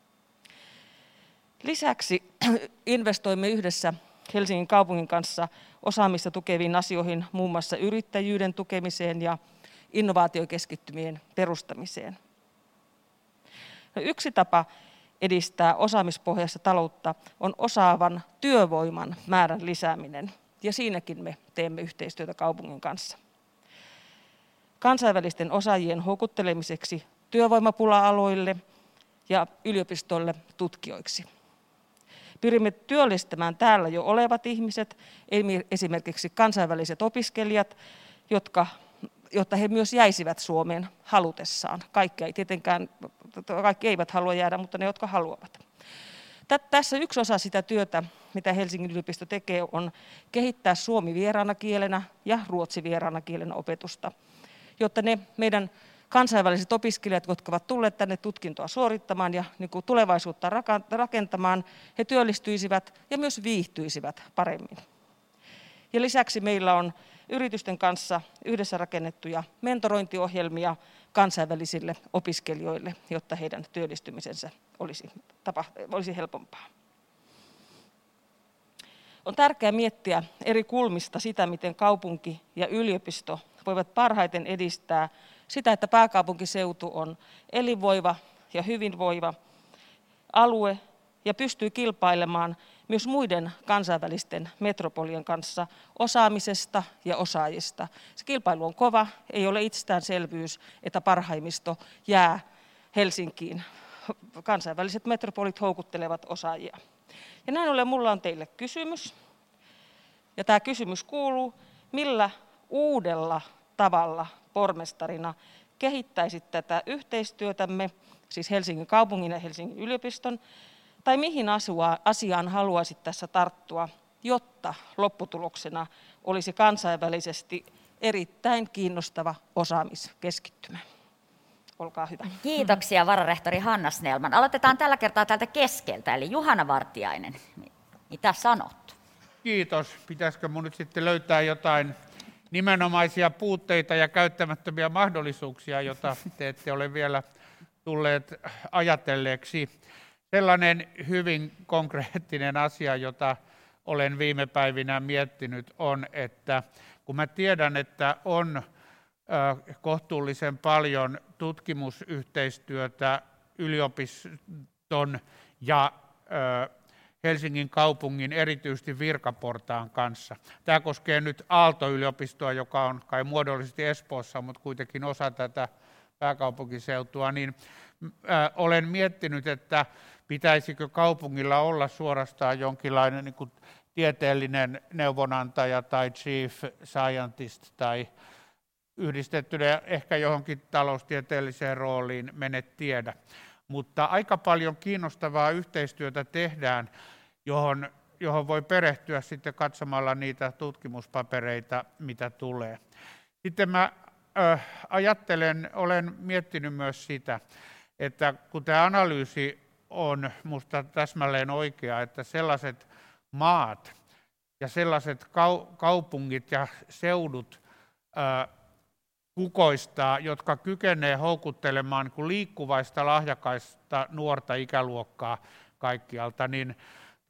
Lisäksi investoimme yhdessä Helsingin kaupungin kanssa osaamista tukeviin asioihin, muun muassa yrittäjyyden tukemiseen ja innovaatiokeskittymien perustamiseen. No, yksi tapa edistää osaamispohjaista taloutta on osaavan työvoiman määrän lisääminen, ja siinäkin me teemme yhteistyötä kaupungin kanssa. Kansainvälisten osaajien houkuttelemiseksi työvoimapula-aloille ja yliopistoille tutkijoiksi. Pyrimme työllistämään täällä jo olevat ihmiset, esimerkiksi kansainväliset opiskelijat, jotka, jotta he myös jäisivät Suomeen halutessaan. Kaikki, ei tietenkään, kaikki eivät halua jäädä, mutta ne, jotka haluavat. Tässä yksi osa sitä työtä, mitä Helsingin yliopisto tekee, on kehittää suomi vieraana kielenä ja ruotsi vieraana kielenä opetusta, jotta ne meidän kansainväliset opiskelijat, jotka ovat tulleet tänne tutkintoa suorittamaan ja niin kuin tulevaisuutta rakentamaan, he työllistyisivät ja myös viihtyisivät paremmin. Ja lisäksi meillä on yritysten kanssa yhdessä rakennettuja mentorointiohjelmia kansainvälisille opiskelijoille, jotta heidän työllistymisensä olisi, tapa, olisi helpompaa. On tärkeää miettiä eri kulmista sitä, miten kaupunki ja yliopisto voivat parhaiten edistää sitä, että pääkaupunkiseutu on elinvoiva ja hyvinvoiva alue ja pystyy kilpailemaan myös muiden kansainvälisten metropolien kanssa osaamisesta ja osaajista. Se kilpailu on kova, ei ole itsestäänselvyys, että parhaimmisto jää Helsinkiin. Kansainväliset metropolit houkuttelevat osaajia. Ja näin ollen minulla on teille kysymys. Ja tämä kysymys kuuluu, millä uudella tavalla pormestarina kehittäisit tätä yhteistyötämme, siis Helsingin kaupungin ja Helsingin yliopiston, tai mihin asiaan haluaisit tässä tarttua, jotta lopputuloksena olisi kansainvälisesti erittäin kiinnostava osaamiskeskittymä. Olkaa hyvä. Kiitoksia vararehtori Hanna Snellman. Aloitetaan tällä kertaa täältä keskeltä, eli Juhana Vartiainen. Mitä sanot? Kiitos. Pitäisikö minun nyt sitten löytää jotain nimenomaisia puutteita ja käyttämättömiä mahdollisuuksia, joita te ette ole vielä tulleet ajatelleeksi. Sellainen hyvin konkreettinen asia, jota olen viime päivinä miettinyt, on, että kun mä tiedän, että on kohtuullisen paljon tutkimusyhteistyötä yliopiston ja Helsingin kaupungin erityisesti virkaportaan kanssa. Tämä koskee nyt Aalto-yliopistoa, joka on kai muodollisesti Espoossa, mutta kuitenkin osa tätä pääkaupunkiseutua, niin äh, olen miettinyt, että pitäisikö kaupungilla olla suorastaan jonkinlainen niin kuin tieteellinen neuvonantaja tai chief scientist tai yhdistettynä ehkä johonkin taloustieteelliseen rooliin, mene tiedä. Mutta aika paljon kiinnostavaa yhteistyötä tehdään, johon, johon voi perehtyä sitten katsomalla niitä tutkimuspapereita, mitä tulee. Sitten mä äh, ajattelen, olen miettinyt myös sitä, että kun tämä analyysi on minusta täsmälleen oikea, että sellaiset maat ja sellaiset kau- kaupungit ja seudut äh, kukoistaa, jotka kykenee houkuttelemaan liikkuvaista, lahjakaista nuorta ikäluokkaa kaikkialta, niin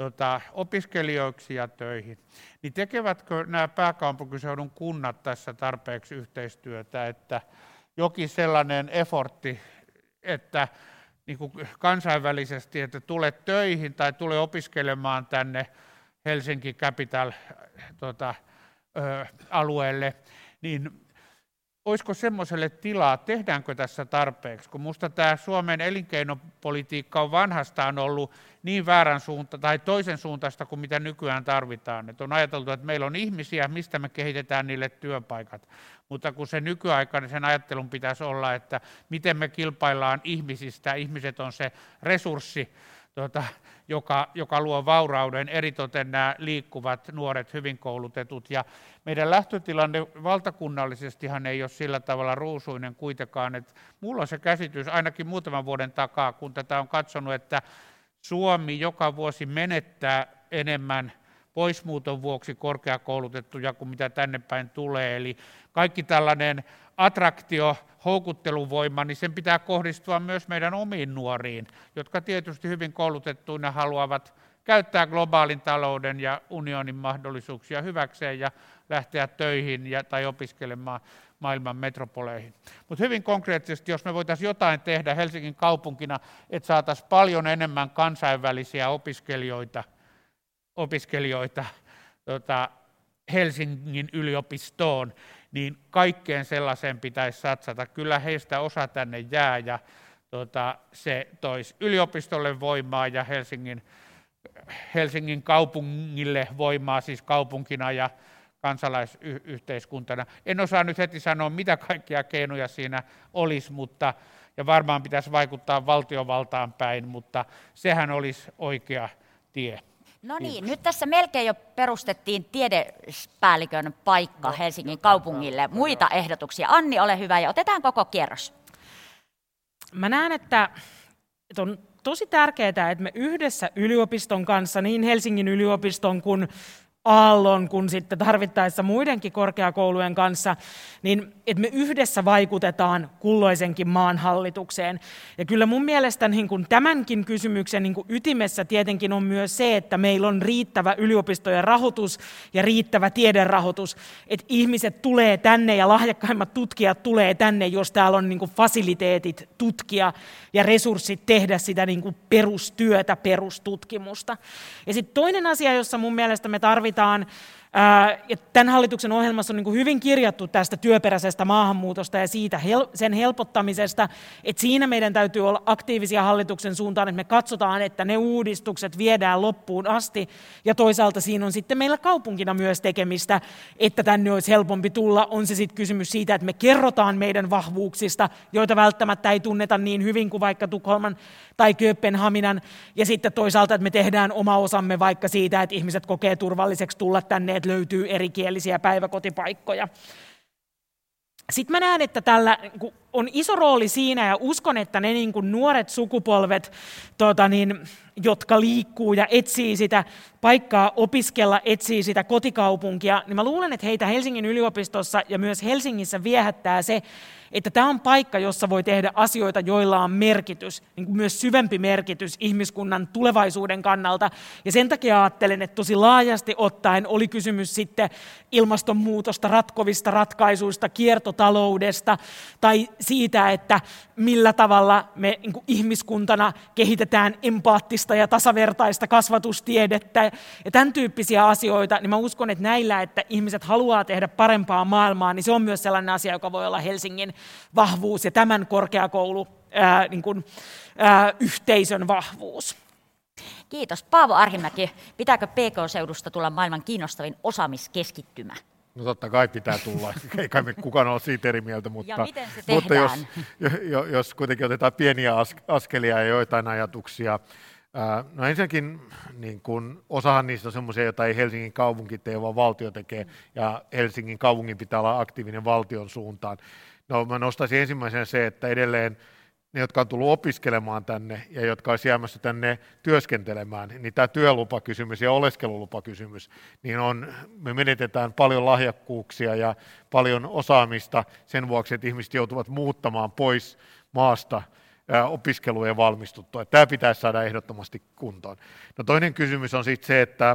tota, opiskelijoiksi ja töihin. Niin tekevätkö nämä pääkaupunkiseudun kunnat tässä tarpeeksi yhteistyötä, että jokin sellainen effortti, että niin kuin kansainvälisesti, että tule töihin tai tule opiskelemaan tänne Helsinki Capital tota, ö, alueelle, niin olisiko semmoiselle tilaa, tehdäänkö tässä tarpeeksi, kun minusta tämä Suomen elinkeinopolitiikka on vanhastaan ollut niin väärän suunta tai toisen suuntaista kuin mitä nykyään tarvitaan. Et on ajateltu, että meillä on ihmisiä, mistä me kehitetään niille työpaikat, mutta kun se nykyaikainen sen ajattelun pitäisi olla, että miten me kilpaillaan ihmisistä, ihmiset on se resurssi, Tuota, joka, joka luo vaurauden, eritoten nämä liikkuvat, nuoret, hyvin koulutetut. Ja meidän lähtötilanne valtakunnallisestihan ei ole sillä tavalla ruusuinen kuitenkaan. Että mulla on se käsitys ainakin muutaman vuoden takaa, kun tätä on katsonut, että Suomi joka vuosi menettää enemmän poismuuton vuoksi korkeakoulutettuja kuin mitä tänne päin tulee. Eli kaikki tällainen attraktio, houkutteluvoima, niin sen pitää kohdistua myös meidän omiin nuoriin, jotka tietysti hyvin koulutettuina haluavat käyttää globaalin talouden ja unionin mahdollisuuksia hyväkseen ja lähteä töihin ja, tai opiskelemaan maailman metropoleihin. Mutta hyvin konkreettisesti, jos me voitaisiin jotain tehdä Helsingin kaupunkina, että saataisiin paljon enemmän kansainvälisiä opiskelijoita, opiskelijoita tota, Helsingin yliopistoon, niin kaikkeen sellaiseen pitäisi satsata. Kyllä heistä osa tänne jää ja tota, se toisi yliopistolle voimaa ja Helsingin, Helsingin kaupungille voimaa, siis kaupunkina ja kansalaisyhteiskuntana. En osaa nyt heti sanoa, mitä kaikkia keinoja siinä olisi, mutta, ja varmaan pitäisi vaikuttaa valtiovaltaan päin, mutta sehän olisi oikea tie. No niin, nyt tässä melkein jo perustettiin tiedepäällikön paikka no, Helsingin kaupungille. Muita ehdotuksia? Anni, ole hyvä ja otetaan koko kierros. Mä näen, että on tosi tärkeää, että me yhdessä yliopiston kanssa, niin Helsingin yliopiston kuin Aallon kuin sitten tarvittaessa muidenkin korkeakoulujen kanssa, niin että me yhdessä vaikutetaan kulloisenkin maan hallitukseen. Ja kyllä mun mielestä niin kuin tämänkin kysymyksen niin kuin ytimessä tietenkin on myös se, että meillä on riittävä yliopistojen rahoitus ja riittävä tiederahoitus, että ihmiset tulee tänne ja lahjakkaimmat tutkijat tulee tänne, jos täällä on niin kuin fasiliteetit tutkia ja resurssit tehdä sitä niin kuin perustyötä, perustutkimusta. Ja sitten toinen asia, jossa mun mielestä me tarvitaan, ja tämän hallituksen ohjelmassa on niin kuin hyvin kirjattu tästä työperäisestä maahanmuutosta ja siitä sen helpottamisesta, että siinä meidän täytyy olla aktiivisia hallituksen suuntaan, että me katsotaan, että ne uudistukset viedään loppuun asti, ja toisaalta siinä on sitten meillä kaupunkina myös tekemistä, että tänne olisi helpompi tulla. On se sitten kysymys siitä, että me kerrotaan meidän vahvuuksista, joita välttämättä ei tunneta niin hyvin kuin vaikka Tukholman tai Kööpenhaminan, ja sitten toisaalta, että me tehdään oma osamme vaikka siitä, että ihmiset kokee turvalliseksi tulla tänne, että löytyy erikielisiä päiväkotipaikkoja. Sitten mä näen, että tällä on iso rooli siinä, ja uskon, että ne niin kuin nuoret sukupolvet, tota niin, jotka liikkuu ja etsii sitä paikkaa opiskella, etsii sitä kotikaupunkia, niin mä luulen, että heitä Helsingin yliopistossa ja myös Helsingissä viehättää se, että tämä on paikka, jossa voi tehdä asioita, joilla on merkitys, niin kuin myös syvempi merkitys ihmiskunnan tulevaisuuden kannalta. Ja sen takia ajattelen, että tosi laajasti ottaen oli kysymys sitten ilmastonmuutosta ratkovista ratkaisuista, kiertotaloudesta tai siitä, että millä tavalla me niin kuin ihmiskuntana kehitetään empaattista ja tasavertaista kasvatustiedettä ja tämän tyyppisiä asioita, niin mä uskon, että näillä, että ihmiset haluaa tehdä parempaa maailmaa, niin se on myös sellainen asia, joka voi olla Helsingin vahvuus ja tämän korkeakoulu ää, niin kuin, ää, yhteisön vahvuus. Kiitos. Paavo Arhimäki, pitääkö P K-seudusta tulla maailman kiinnostavin osaamiskeskittymä? No totta kai pitää tulla, ei kai me kukaan ole siitä eri mieltä, mutta, ja miten se mutta jos, jos kuitenkin otetaan pieniä askelia ja joitain ajatuksia. No ensinnäkin niin kun, osahan niistä on semmoisia, joita ei Helsingin kaupunki tee, vaan valtio tekee, ja Helsingin kaupungin pitää olla aktiivinen valtion suuntaan. No mä nostaisin ensimmäisenä se, että edelleen ne, jotka on tullut opiskelemaan tänne ja jotka olisi jäämässä tänne työskentelemään, niin tämä työlupakysymys ja oleskelulupakysymys, niin on, me menetetään paljon lahjakkuuksia ja paljon osaamista sen vuoksi, että ihmiset joutuvat muuttamaan pois maasta opiskelujen valmistuttua. Tämä pitäisi saada ehdottomasti kuntoon. No toinen kysymys on sitten se, että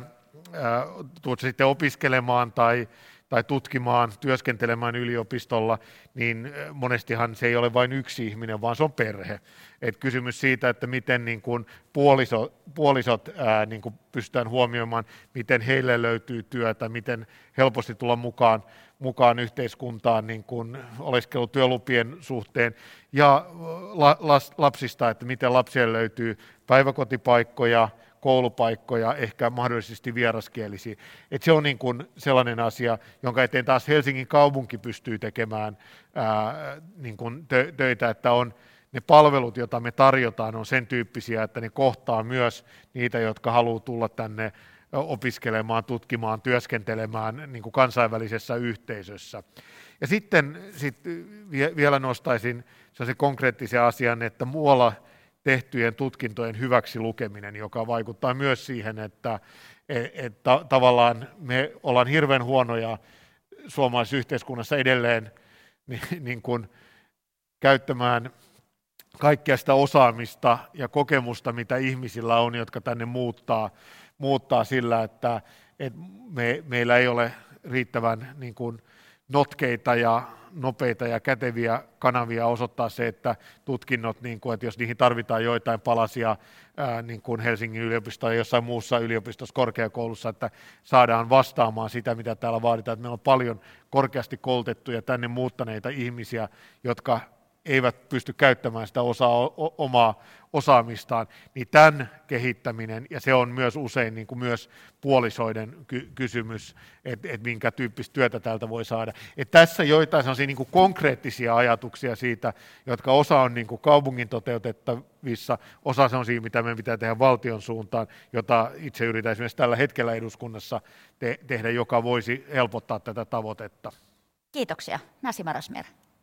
tuut sitten opiskelemaan tai, tai tutkimaan, työskentelemään yliopistolla, niin monestihan se ei ole vain yksi ihminen, vaan se on perhe. Et kysymys siitä, että miten niin kun puoliso, puolisot ää, niin kun pystytään huomioimaan, miten heille löytyy työtä, miten helposti tulla mukaan, mukaan yhteiskuntaan niin kun oleskelutyölupien suhteen, ja la, las, lapsista, että miten lapsille löytyy päiväkotipaikkoja, koulupaikkoja, ehkä mahdollisesti vieraskielisiä. Et se on niin kuin sellainen asia, jonka eteen taas Helsingin kaupunki pystyy tekemään ää, niin kuin töitä, että on ne palvelut, joita me tarjotaan, on sen tyyppisiä, että ne kohtaa myös niitä, jotka haluaa tulla tänne opiskelemaan, tutkimaan, työskentelemään niin kuin kansainvälisessä yhteisössä. Ja sitten sit vielä nostaisin sellaisen konkreettisen asian, että muualla tehtyjen tutkintojen hyväksi lukeminen, joka vaikuttaa myös siihen, että, että tavallaan me ollaan hirveän huonoja suomalaisessa yhteiskunnassa edelleen niin, niin kuin käyttämään kaikkea sitä osaamista ja kokemusta, mitä ihmisillä on, jotka tänne muuttaa, muuttaa sillä, että, että me, meillä ei ole riittävän niin kuin notkeita ja nopeita ja käteviä kanavia osoittaa se, että tutkinnot, niin kuin, että jos niihin tarvitaan joitain palasia ää, niin kuin Helsingin yliopistossa ja jossain muussa yliopistossa, korkeakoulussa, että saadaan vastaamaan sitä, mitä täällä vaaditaan. Että meillä on paljon korkeasti koulutettuja tänne muuttaneita ihmisiä, jotka eivät pysty käyttämään sitä osaa, o, omaa osaamistaan, niin tämän kehittäminen, ja se on myös usein niin kuin myös puolisoiden ky- kysymys, että et minkä tyyppistä työtä täältä voi saada. Et tässä joitain sellaisia niin kuin konkreettisia ajatuksia siitä, jotka osa on niin kuin kaupungin toteutettavissa, osa sellaisia, mitä meidän pitää tehdä valtion suuntaan, jota itse yritän esimerkiksi tällä hetkellä eduskunnassa te- tehdä, joka voisi helpottaa tätä tavoitetta. Kiitoksia. Nasima Razmyar.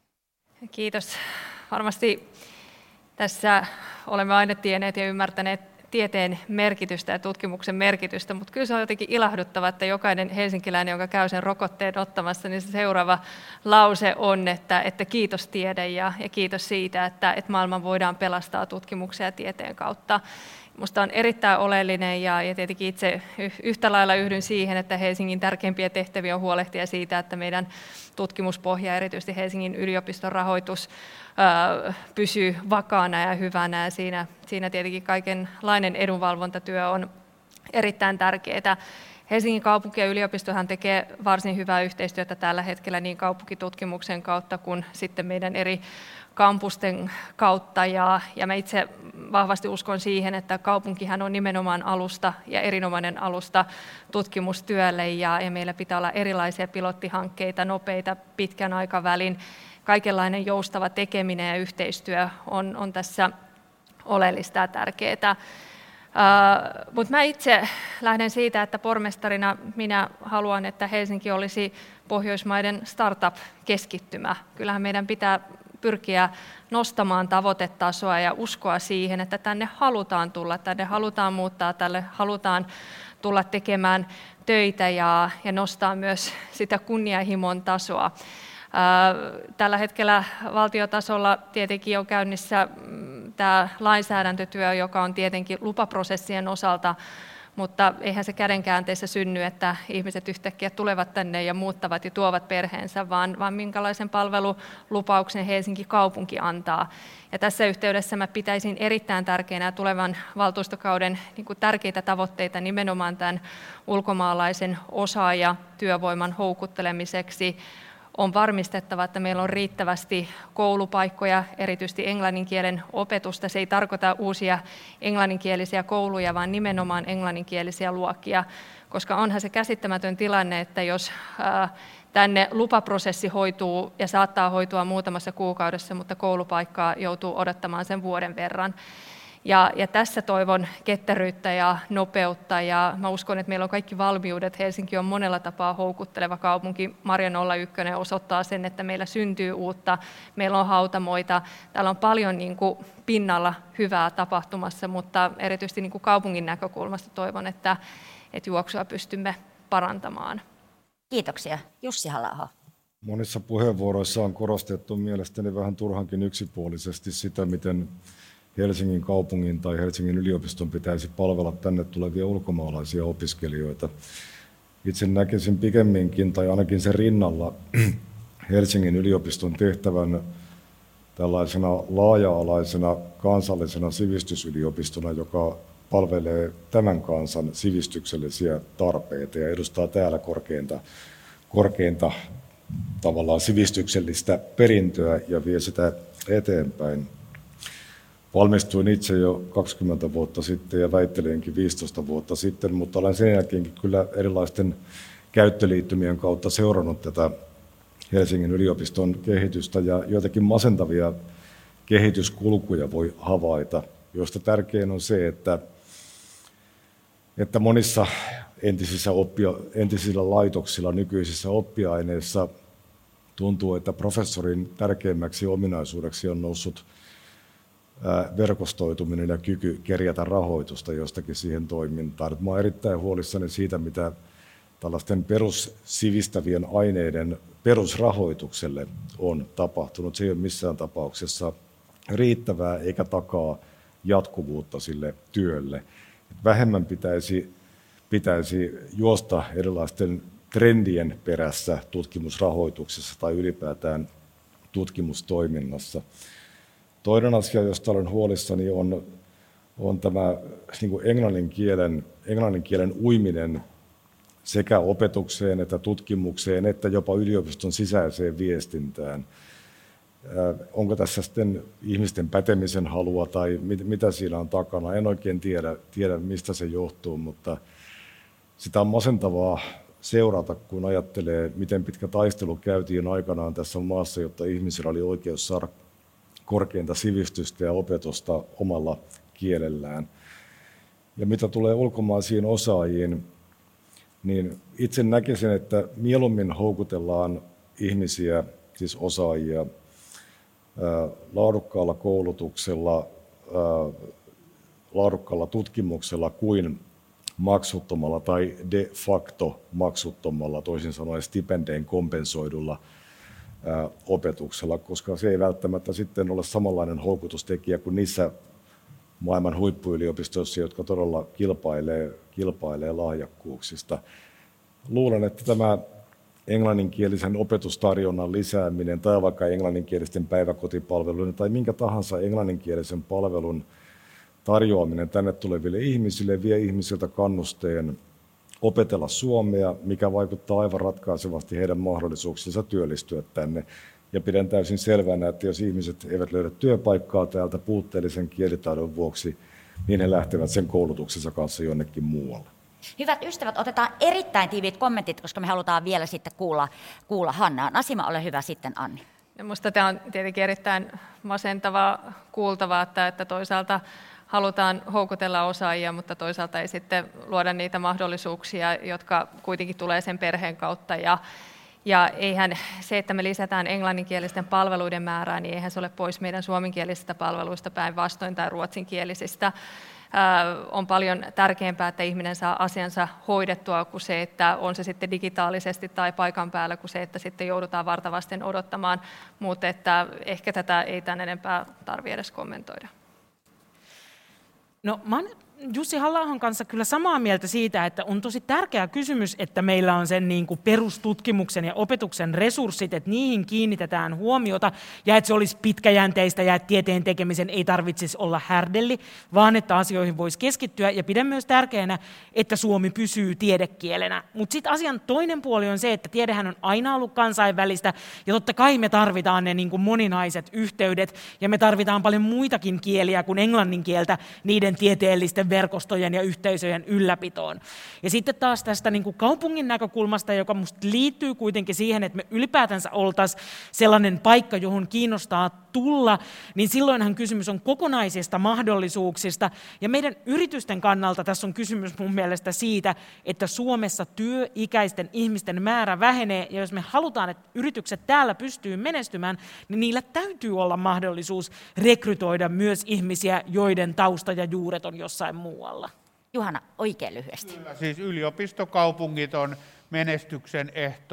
Kiitos. Varmasti tässä olemme aina tienneet ja ymmärtäneet tieteen merkitystä ja tutkimuksen merkitystä, mutta kyllä se on jotenkin ilahduttava, että jokainen helsinkiläinen, joka käy sen rokotteen ottamassa, niin se seuraava lause on, että, että kiitos tiede ja, ja kiitos siitä, että, että maailman voidaan pelastaa tutkimuksen ja tieteen kautta. Minusta on erittäin oleellinen ja, ja tietenkin itse yhtä lailla yhdyn siihen, että Helsingin tärkeimpiä tehtäviä on huolehtia siitä, että meidän tutkimuspohja, erityisesti Helsingin yliopiston rahoitus, ää, pysyy vakaana ja hyvänä. Ja siinä, siinä tietenkin kaikenlainen edunvalvontatyö on erittäin tärkeää. Helsingin kaupunki ja yliopistohan tekee varsin hyvää yhteistyötä tällä hetkellä niin kaupunkitutkimuksen kautta kuin sitten meidän eri kampusten kautta, ja, ja mä itse vahvasti uskon siihen, että kaupunkihan on nimenomaan alusta ja erinomainen alusta tutkimustyölle, ja, ja meillä pitää olla erilaisia pilottihankkeita, nopeita, pitkän aikavälin, kaikenlainen joustava tekeminen ja yhteistyö on, on tässä oleellista ja tärkeää. Uh, mutta mä itse lähden siitä, että pormestarina minä haluan, että Helsinki olisi Pohjoismaiden startup-keskittymä. Kyllähän meidän pitää pyrkiä nostamaan tavoitetasoa ja uskoa siihen, että tänne halutaan tulla, tänne halutaan muuttaa, tälle halutaan tulla tekemään töitä ja, ja nostaa myös sitä kunnianhimon tasoa. Tällä hetkellä valtiotasolla tietenkin on käynnissä tämä lainsäädäntötyö, joka on tietenkin lupaprosessien osalta, mutta eihän se kädenkäänteessä synny, että ihmiset yhtäkkiä tulevat tänne ja muuttavat ja tuovat perheensä, vaan, vaan minkälaisen palvelulupauksen Helsinki kaupunki antaa. Ja tässä yhteydessä mä pitäisin erittäin tärkeänä tulevan valtuustokauden niin kuin tärkeitä tavoitteita nimenomaan tämän ulkomaalaisen osaajatyövoiman houkuttelemiseksi. On varmistettava, että meillä on riittävästi koulupaikkoja, erityisesti englannin kielen opetusta. Se ei tarkoita uusia englanninkielisiä kouluja, vaan nimenomaan englanninkielisiä luokkia, koska onhan se käsittämätön tilanne, että jos tänne lupaprosessi hoituu ja saattaa hoitua muutamassa kuukaudessa, mutta koulupaikkaa joutuu odottamaan sen vuoden verran. Ja, ja tässä toivon ketteryyttä ja nopeutta, ja mä uskon, että meillä on kaikki valmiudet. Helsinki on monella tapaa houkutteleva kaupunki. Marja nolla yksi osoittaa sen, että meillä syntyy uutta, meillä on hautamoita, täällä on paljon niin kuin pinnalla hyvää tapahtumassa, mutta erityisesti niin kuin kaupungin näkökulmasta toivon, että, että juoksua pystymme parantamaan. Kiitoksia. Jussi Halla-aho. Monissa puheenvuoroissa on korostettu mielestäni vähän turhankin yksipuolisesti sitä, miten Helsingin kaupungin tai Helsingin yliopiston pitäisi palvella tänne tulevia ulkomaalaisia opiskelijoita. Itse näkisin pikemminkin, tai ainakin sen rinnalla, Helsingin yliopiston tehtävän tällaisena laaja-alaisena kansallisena sivistysyliopistona, joka palvelee tämän kansan sivistyksellisiä tarpeita ja edustaa täällä korkeinta, korkeinta tavallaan sivistyksellistä perintöä ja vie sitä eteenpäin. Valmistuin itse jo kaksikymmentä vuotta sitten ja väittelenkin viisitoista vuotta sitten, mutta olen sen jälkeenkin kyllä erilaisten käyttöliittymien kautta seurannut tätä Helsingin yliopiston kehitystä ja joitakin masentavia kehityskulkuja voi havaita, joista tärkein on se, että, että monissa entisissä, oppia, entisillä laitoksilla, nykyisissä oppiaineissa tuntuu, että professorin tärkeimmäksi ominaisuudeksi on noussut verkostoituminen ja kyky kerjätä rahoitusta jostakin siihen toimintaan. Mä olen erittäin huolissani siitä, mitä tällaisten perussivistävien aineiden perusrahoitukselle on tapahtunut. Se ei ole missään tapauksessa riittävää eikä takaa jatkuvuutta sille työlle. Vähemmän pitäisi, pitäisi juosta erilaisten trendien perässä tutkimusrahoituksessa tai ylipäätään tutkimustoiminnassa. Toinen asia, josta olen huolissani, on, on tämä niin kuin englannin, kielen, englannin kielen uiminen sekä opetukseen että tutkimukseen että jopa yliopiston sisäiseen viestintään. Onko tässä sitten ihmisten pätemisen halua tai mit, mitä siinä on takana? En oikein tiedä, tiedä, mistä se johtuu, mutta sitä on masentavaa seurata, kun ajattelee, miten pitkä taistelu käytiin aikanaan tässä maassa, jotta ihmisillä oli oikeus saada korkeinta sivistystä ja opetusta omalla kielellään. Ja mitä tulee ulkomaisiin osaajiin, niin itse näkisin, että mieluummin houkutellaan ihmisiä, siis osaajia, laadukkaalla koulutuksella, laadukkaalla tutkimuksella kuin maksuttomalla tai de facto maksuttomalla, toisin sanoen stipendein kompensoidulla opetuksella, koska se ei välttämättä sitten ole samanlainen houkutustekijä kuin niissä maailman huippuyliopistoissa, jotka todella kilpailee, kilpailee lahjakkuuksista. Luulen, että tämä englanninkielisen opetustarjonnan lisääminen tai vaikka englanninkielisten päiväkotipalveluiden tai minkä tahansa englanninkielisen palvelun tarjoaminen tänne tuleville ihmisille vie ihmisiltä kannusteen opetella suomea, mikä vaikuttaa aivan ratkaisevasti heidän mahdollisuuksinsa työllistyä tänne. Ja pidän täysin selvänä, että jos ihmiset eivät löydä työpaikkaa täältä puutteellisen kielitaidon vuoksi, niin he lähtevät sen koulutuksensa kanssa jonnekin muualle. Hyvät ystävät, otetaan erittäin tiiviit kommentit, koska me halutaan vielä sitten kuulla, kuulla Hannaa. Nasima, ole hyvä, sitten Anni. Minusta tämä on tietenkin erittäin masentavaa kuultavaa, että, että toisaalta halutaan houkutella osaajia, mutta toisaalta ei sitten luoda niitä mahdollisuuksia, jotka kuitenkin tulee sen perheen kautta. Ja, ja eihän se, että me lisätään englanninkielisten palveluiden määrää, niin eihän se ole pois meidän suomenkielisistä palveluista päinvastoin tai ruotsinkielisistä. On paljon tärkeämpää, että ihminen saa asiansa hoidettua kuin se, että on se sitten digitaalisesti tai paikan päällä, kuin se, että sitten joudutaan vartavasten odottamaan. Mutta että ehkä tätä ei tän enempää tarvitse edes kommentoida. No, mä oon Jussi Halla-ahon kanssa kyllä samaa mieltä siitä, että on tosi tärkeä kysymys, että meillä on sen niin kuin perustutkimuksen ja opetuksen resurssit, että niihin kiinnitetään huomiota ja että se olisi pitkäjänteistä ja että tieteen tekemisen ei tarvitsisi olla härdelli, vaan että asioihin voisi keskittyä ja pidän myös tärkeänä, että suomi pysyy tiedekielenä. Mutta sitten asian toinen puoli on se, että tiedehän on aina ollut kansainvälistä ja totta kai me tarvitaan ne niin kuin moninaiset yhteydet ja me tarvitaan paljon muitakin kieliä kuin englannin kieltä niiden tieteellisten verkostojen ja yhteisöjen ylläpitoon. Ja sitten taas tästä niin kuin kaupungin näkökulmasta, joka musta liittyy kuitenkin siihen, että me ylipäätänsä oltaisiin sellainen paikka, johon kiinnostaa tulla, niin silloinhan kysymys on kokonaisista mahdollisuuksista. Ja meidän yritysten kannalta tässä on kysymys mun mielestä siitä, että Suomessa työikäisten ihmisten määrä vähenee, ja jos me halutaan, että yritykset täällä pystyy menestymään, niin niillä täytyy olla mahdollisuus rekrytoida myös ihmisiä, joiden tausta ja juuret on jossain muualla. Juhana, oikein lyhyesti. Kyllä, siis yliopistokaupungit on menestyksen ehto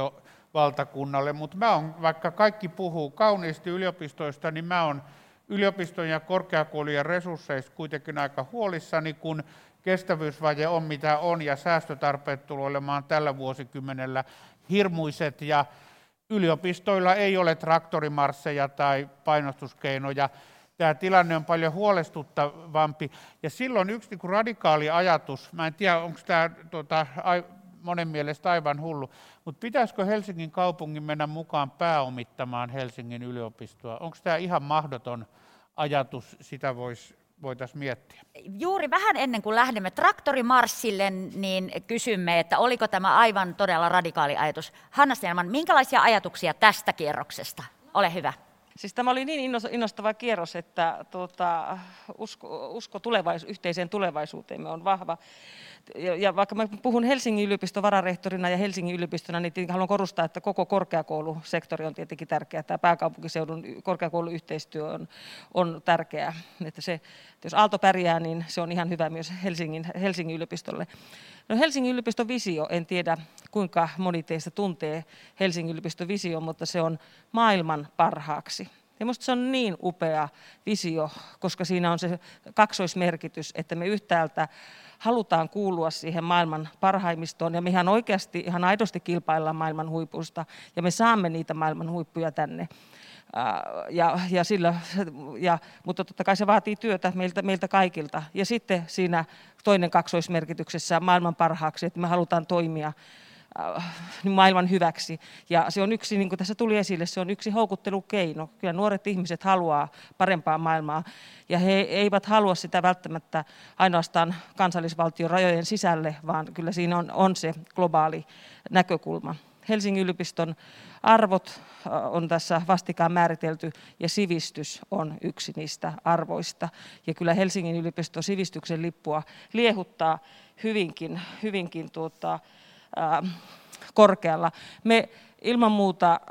valtakunnalle, mutta mä on, vaikka kaikki puhuu kauniisti yliopistoista, niin mä oon yliopistojen ja korkeakoulujen resursseista kuitenkin aika huolissani, kun kestävyysvaje on mitä on ja säästötarpeet tulee olemaan tällä vuosikymmenellä hirmuiset ja yliopistoilla ei ole traktorimarsseja tai painostuskeinoja. Tämä tilanne on paljon huolestuttavampi ja silloin yksi niin kuin radikaali ajatus, mä en tiedä onko tämä tota, monen mielestä aivan hullu, mutta pitäisikö Helsingin kaupungin mennä mukaan pääomittamaan Helsingin yliopistoa? Onko tämä ihan mahdoton ajatus, sitä voisi voitaisiin miettiä? Juuri vähän ennen kuin lähdemme traktorimarssille, niin kysymme, että oliko tämä aivan todella radikaali ajatus. Hanna Snellman, minkälaisia ajatuksia tästä kierroksesta? Ole hyvä. Siis tämä oli niin innostava kierros, että tuota, usko, usko tulevais, yhteiseen tulevaisuuteemme on vahva. Ja, ja vaikka mä puhun Helsingin yliopiston vararehtorina ja Helsingin yliopistona, niin haluan korostaa, että koko korkeakoulusektori on tietenkin tärkeä. Tämä pääkaupunkiseudun korkeakouluyhteistyö on, on tärkeää. Että se, että jos Aalto pärjää, niin se on ihan hyvä myös Helsingin, Helsingin yliopistolle. No Helsingin yliopiston visio, en tiedä kuinka moni teistä tuntee Helsingin yliopiston visio, mutta se on maailman parhaaksi. Ja minusta se on niin upea visio, koska siinä on se kaksoismerkitys, että me yhtäältä halutaan kuulua siihen maailman parhaimmistoon ja me ihan oikeasti, ihan aidosti kilpaillaan maailman huipusta ja me saamme niitä maailman huippuja tänne. Ja, ja sillä, ja, mutta totta kai se vaatii työtä meiltä, meiltä kaikilta. Ja sitten siinä toinen kaksoismerkityksessä maailman parhaaksi, että me halutaan toimia maailman hyväksi. Ja se on yksi, niin kuin tässä tuli esille, se on yksi houkuttelukeino. Kyllä nuoret ihmiset haluaa parempaa maailmaa ja he eivät halua sitä välttämättä ainoastaan kansallisvaltion rajojen sisälle, vaan kyllä siinä on, on se globaali näkökulma. Helsingin yliopiston arvot on tässä vastikään määritelty ja sivistys on yksi niistä arvoista. Ja kyllä Helsingin yliopiston sivistyksen lippua liehuttaa hyvinkin, hyvinkin tuota, ää, korkealla. Me ilman muuta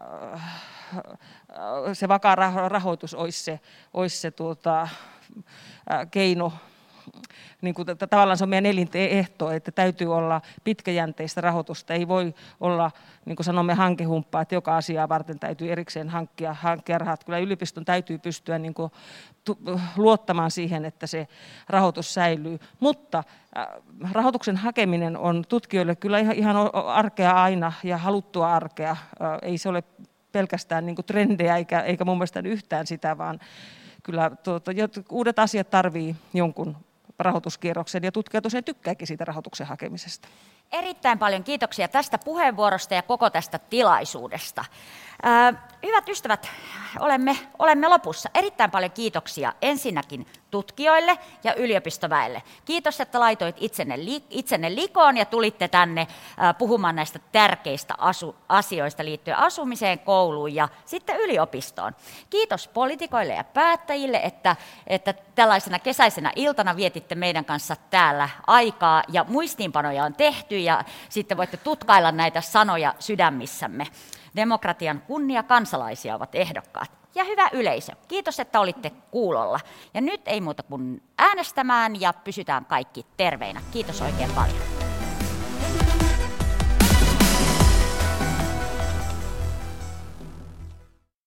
se vakaa rahoitus olisi se, olisi se tuota, ää, keino. Niin kuin, tavallaan se on meidän elinehto, että täytyy olla pitkäjänteistä rahoitusta. Ei voi olla, niin kuin sanomme, hankehumppaa, että joka asiaa varten täytyy erikseen hankkia, hankkia rahat. Kyllä yliopiston täytyy pystyä niin kuin, luottamaan siihen, että se rahoitus säilyy. Mutta äh, rahoituksen hakeminen on tutkijoille kyllä ihan, ihan arkea aina ja haluttua arkea. Äh, ei se ole pelkästään niin kuin trendejä eikä, eikä mun mielestä yhtään sitä, vaan kyllä tuota, uudet asiat tarvii jonkun rahoituskierroksen ja tutkijat usein tykkääkin siitä rahoituksen hakemisesta. Erittäin paljon kiitoksia tästä puheenvuorosta ja koko tästä tilaisuudesta. Äh, hyvät ystävät, olemme, olemme lopussa. Erittäin paljon kiitoksia ensinnäkin tutkijoille ja yliopistoväelle. Kiitos, että laitoit itsenne, li, itsenne likoon ja tulitte tänne äh, puhumaan näistä tärkeistä asu, asioista liittyen asumiseen, kouluun ja sitten yliopistoon. Kiitos poliitikoille ja päättäjille, että, että tällaisena kesäisenä iltana vietitte meidän kanssa täällä aikaa ja muistiinpanoja on tehty ja sitten voitte tutkailla näitä sanoja sydämissämme. Demokratian kunnia kansalaisia ovat ehdokkaat. Ja hyvä yleisö, kiitos, että olitte kuulolla. Ja nyt ei muuta kuin äänestämään ja pysytään kaikki terveinä. Kiitos oikein paljon.